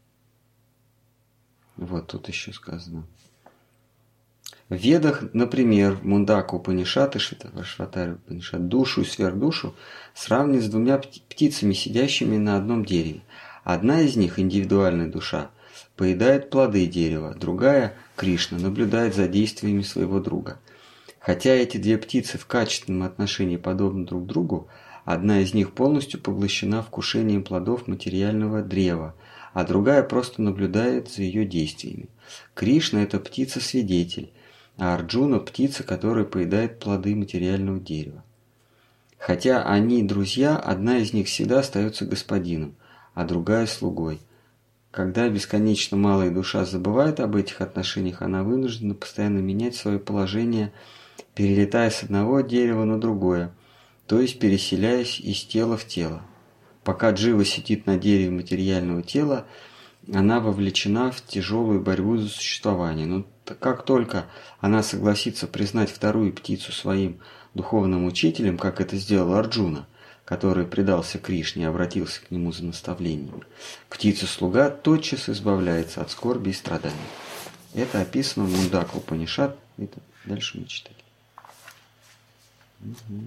Вот тут еще сказано. В Ведах, например, в Мундака Упанишат и Шватара Упанишат душу и сверхдушу сравнивают с двумя птицами, сидящими на одном дереве. Одна из них, индивидуальная душа, поедает плоды дерева, другая, Кришна, наблюдает за действиями своего друга. Хотя эти две птицы в качественном отношении подобны друг другу, одна из них полностью поглощена вкушением плодов материального древа, а другая просто наблюдает за ее действиями. Кришна – это птица-свидетель, а Арджуна – птица, которая поедает плоды материального дерева. Хотя они друзья, одна из них всегда остается господином, а другая – слугой. Когда бесконечно малая душа забывает об этих отношениях, она вынуждена постоянно менять свое положение, перелетая с одного дерева на другое, то есть переселяясь из тела в тело. Пока джива сидит на дереве материального тела, она вовлечена в тяжелую борьбу за существование. Но как только она согласится признать вторую птицу своим духовным учителем, как это сделал Арджуна, который предался Кришне и обратился к нему за наставлениями, птица-слуга тотчас избавляется от скорби и страданий. Это описано в Мундака Упанишат. Это дальше мы читали. Угу.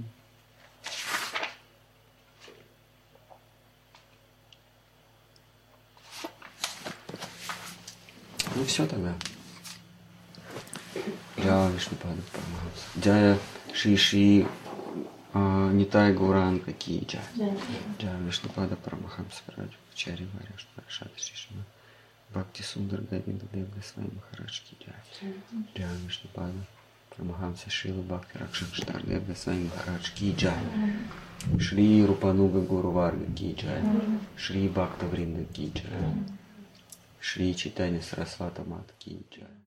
Ну все тогда. Джая Вишнупада Парамахамса. Джая Шри Шри Нитай Гуранга ки джай. Джай Вишнупада Парамахамса Чари Варяш Парашат Шишма. Бхакти Сундар Говинда Дев Госвами Махарадж ки джай. Джай Вишнупада Парамахамса Шила Бхакти Ракшакштар Дев Госвами Махарадж ки джай. Шри Рупануга Гуру Варга ки джай. Шри Бхакта Вринда ки джай. Шри Чайтанья Сарасвата Мата ки джай.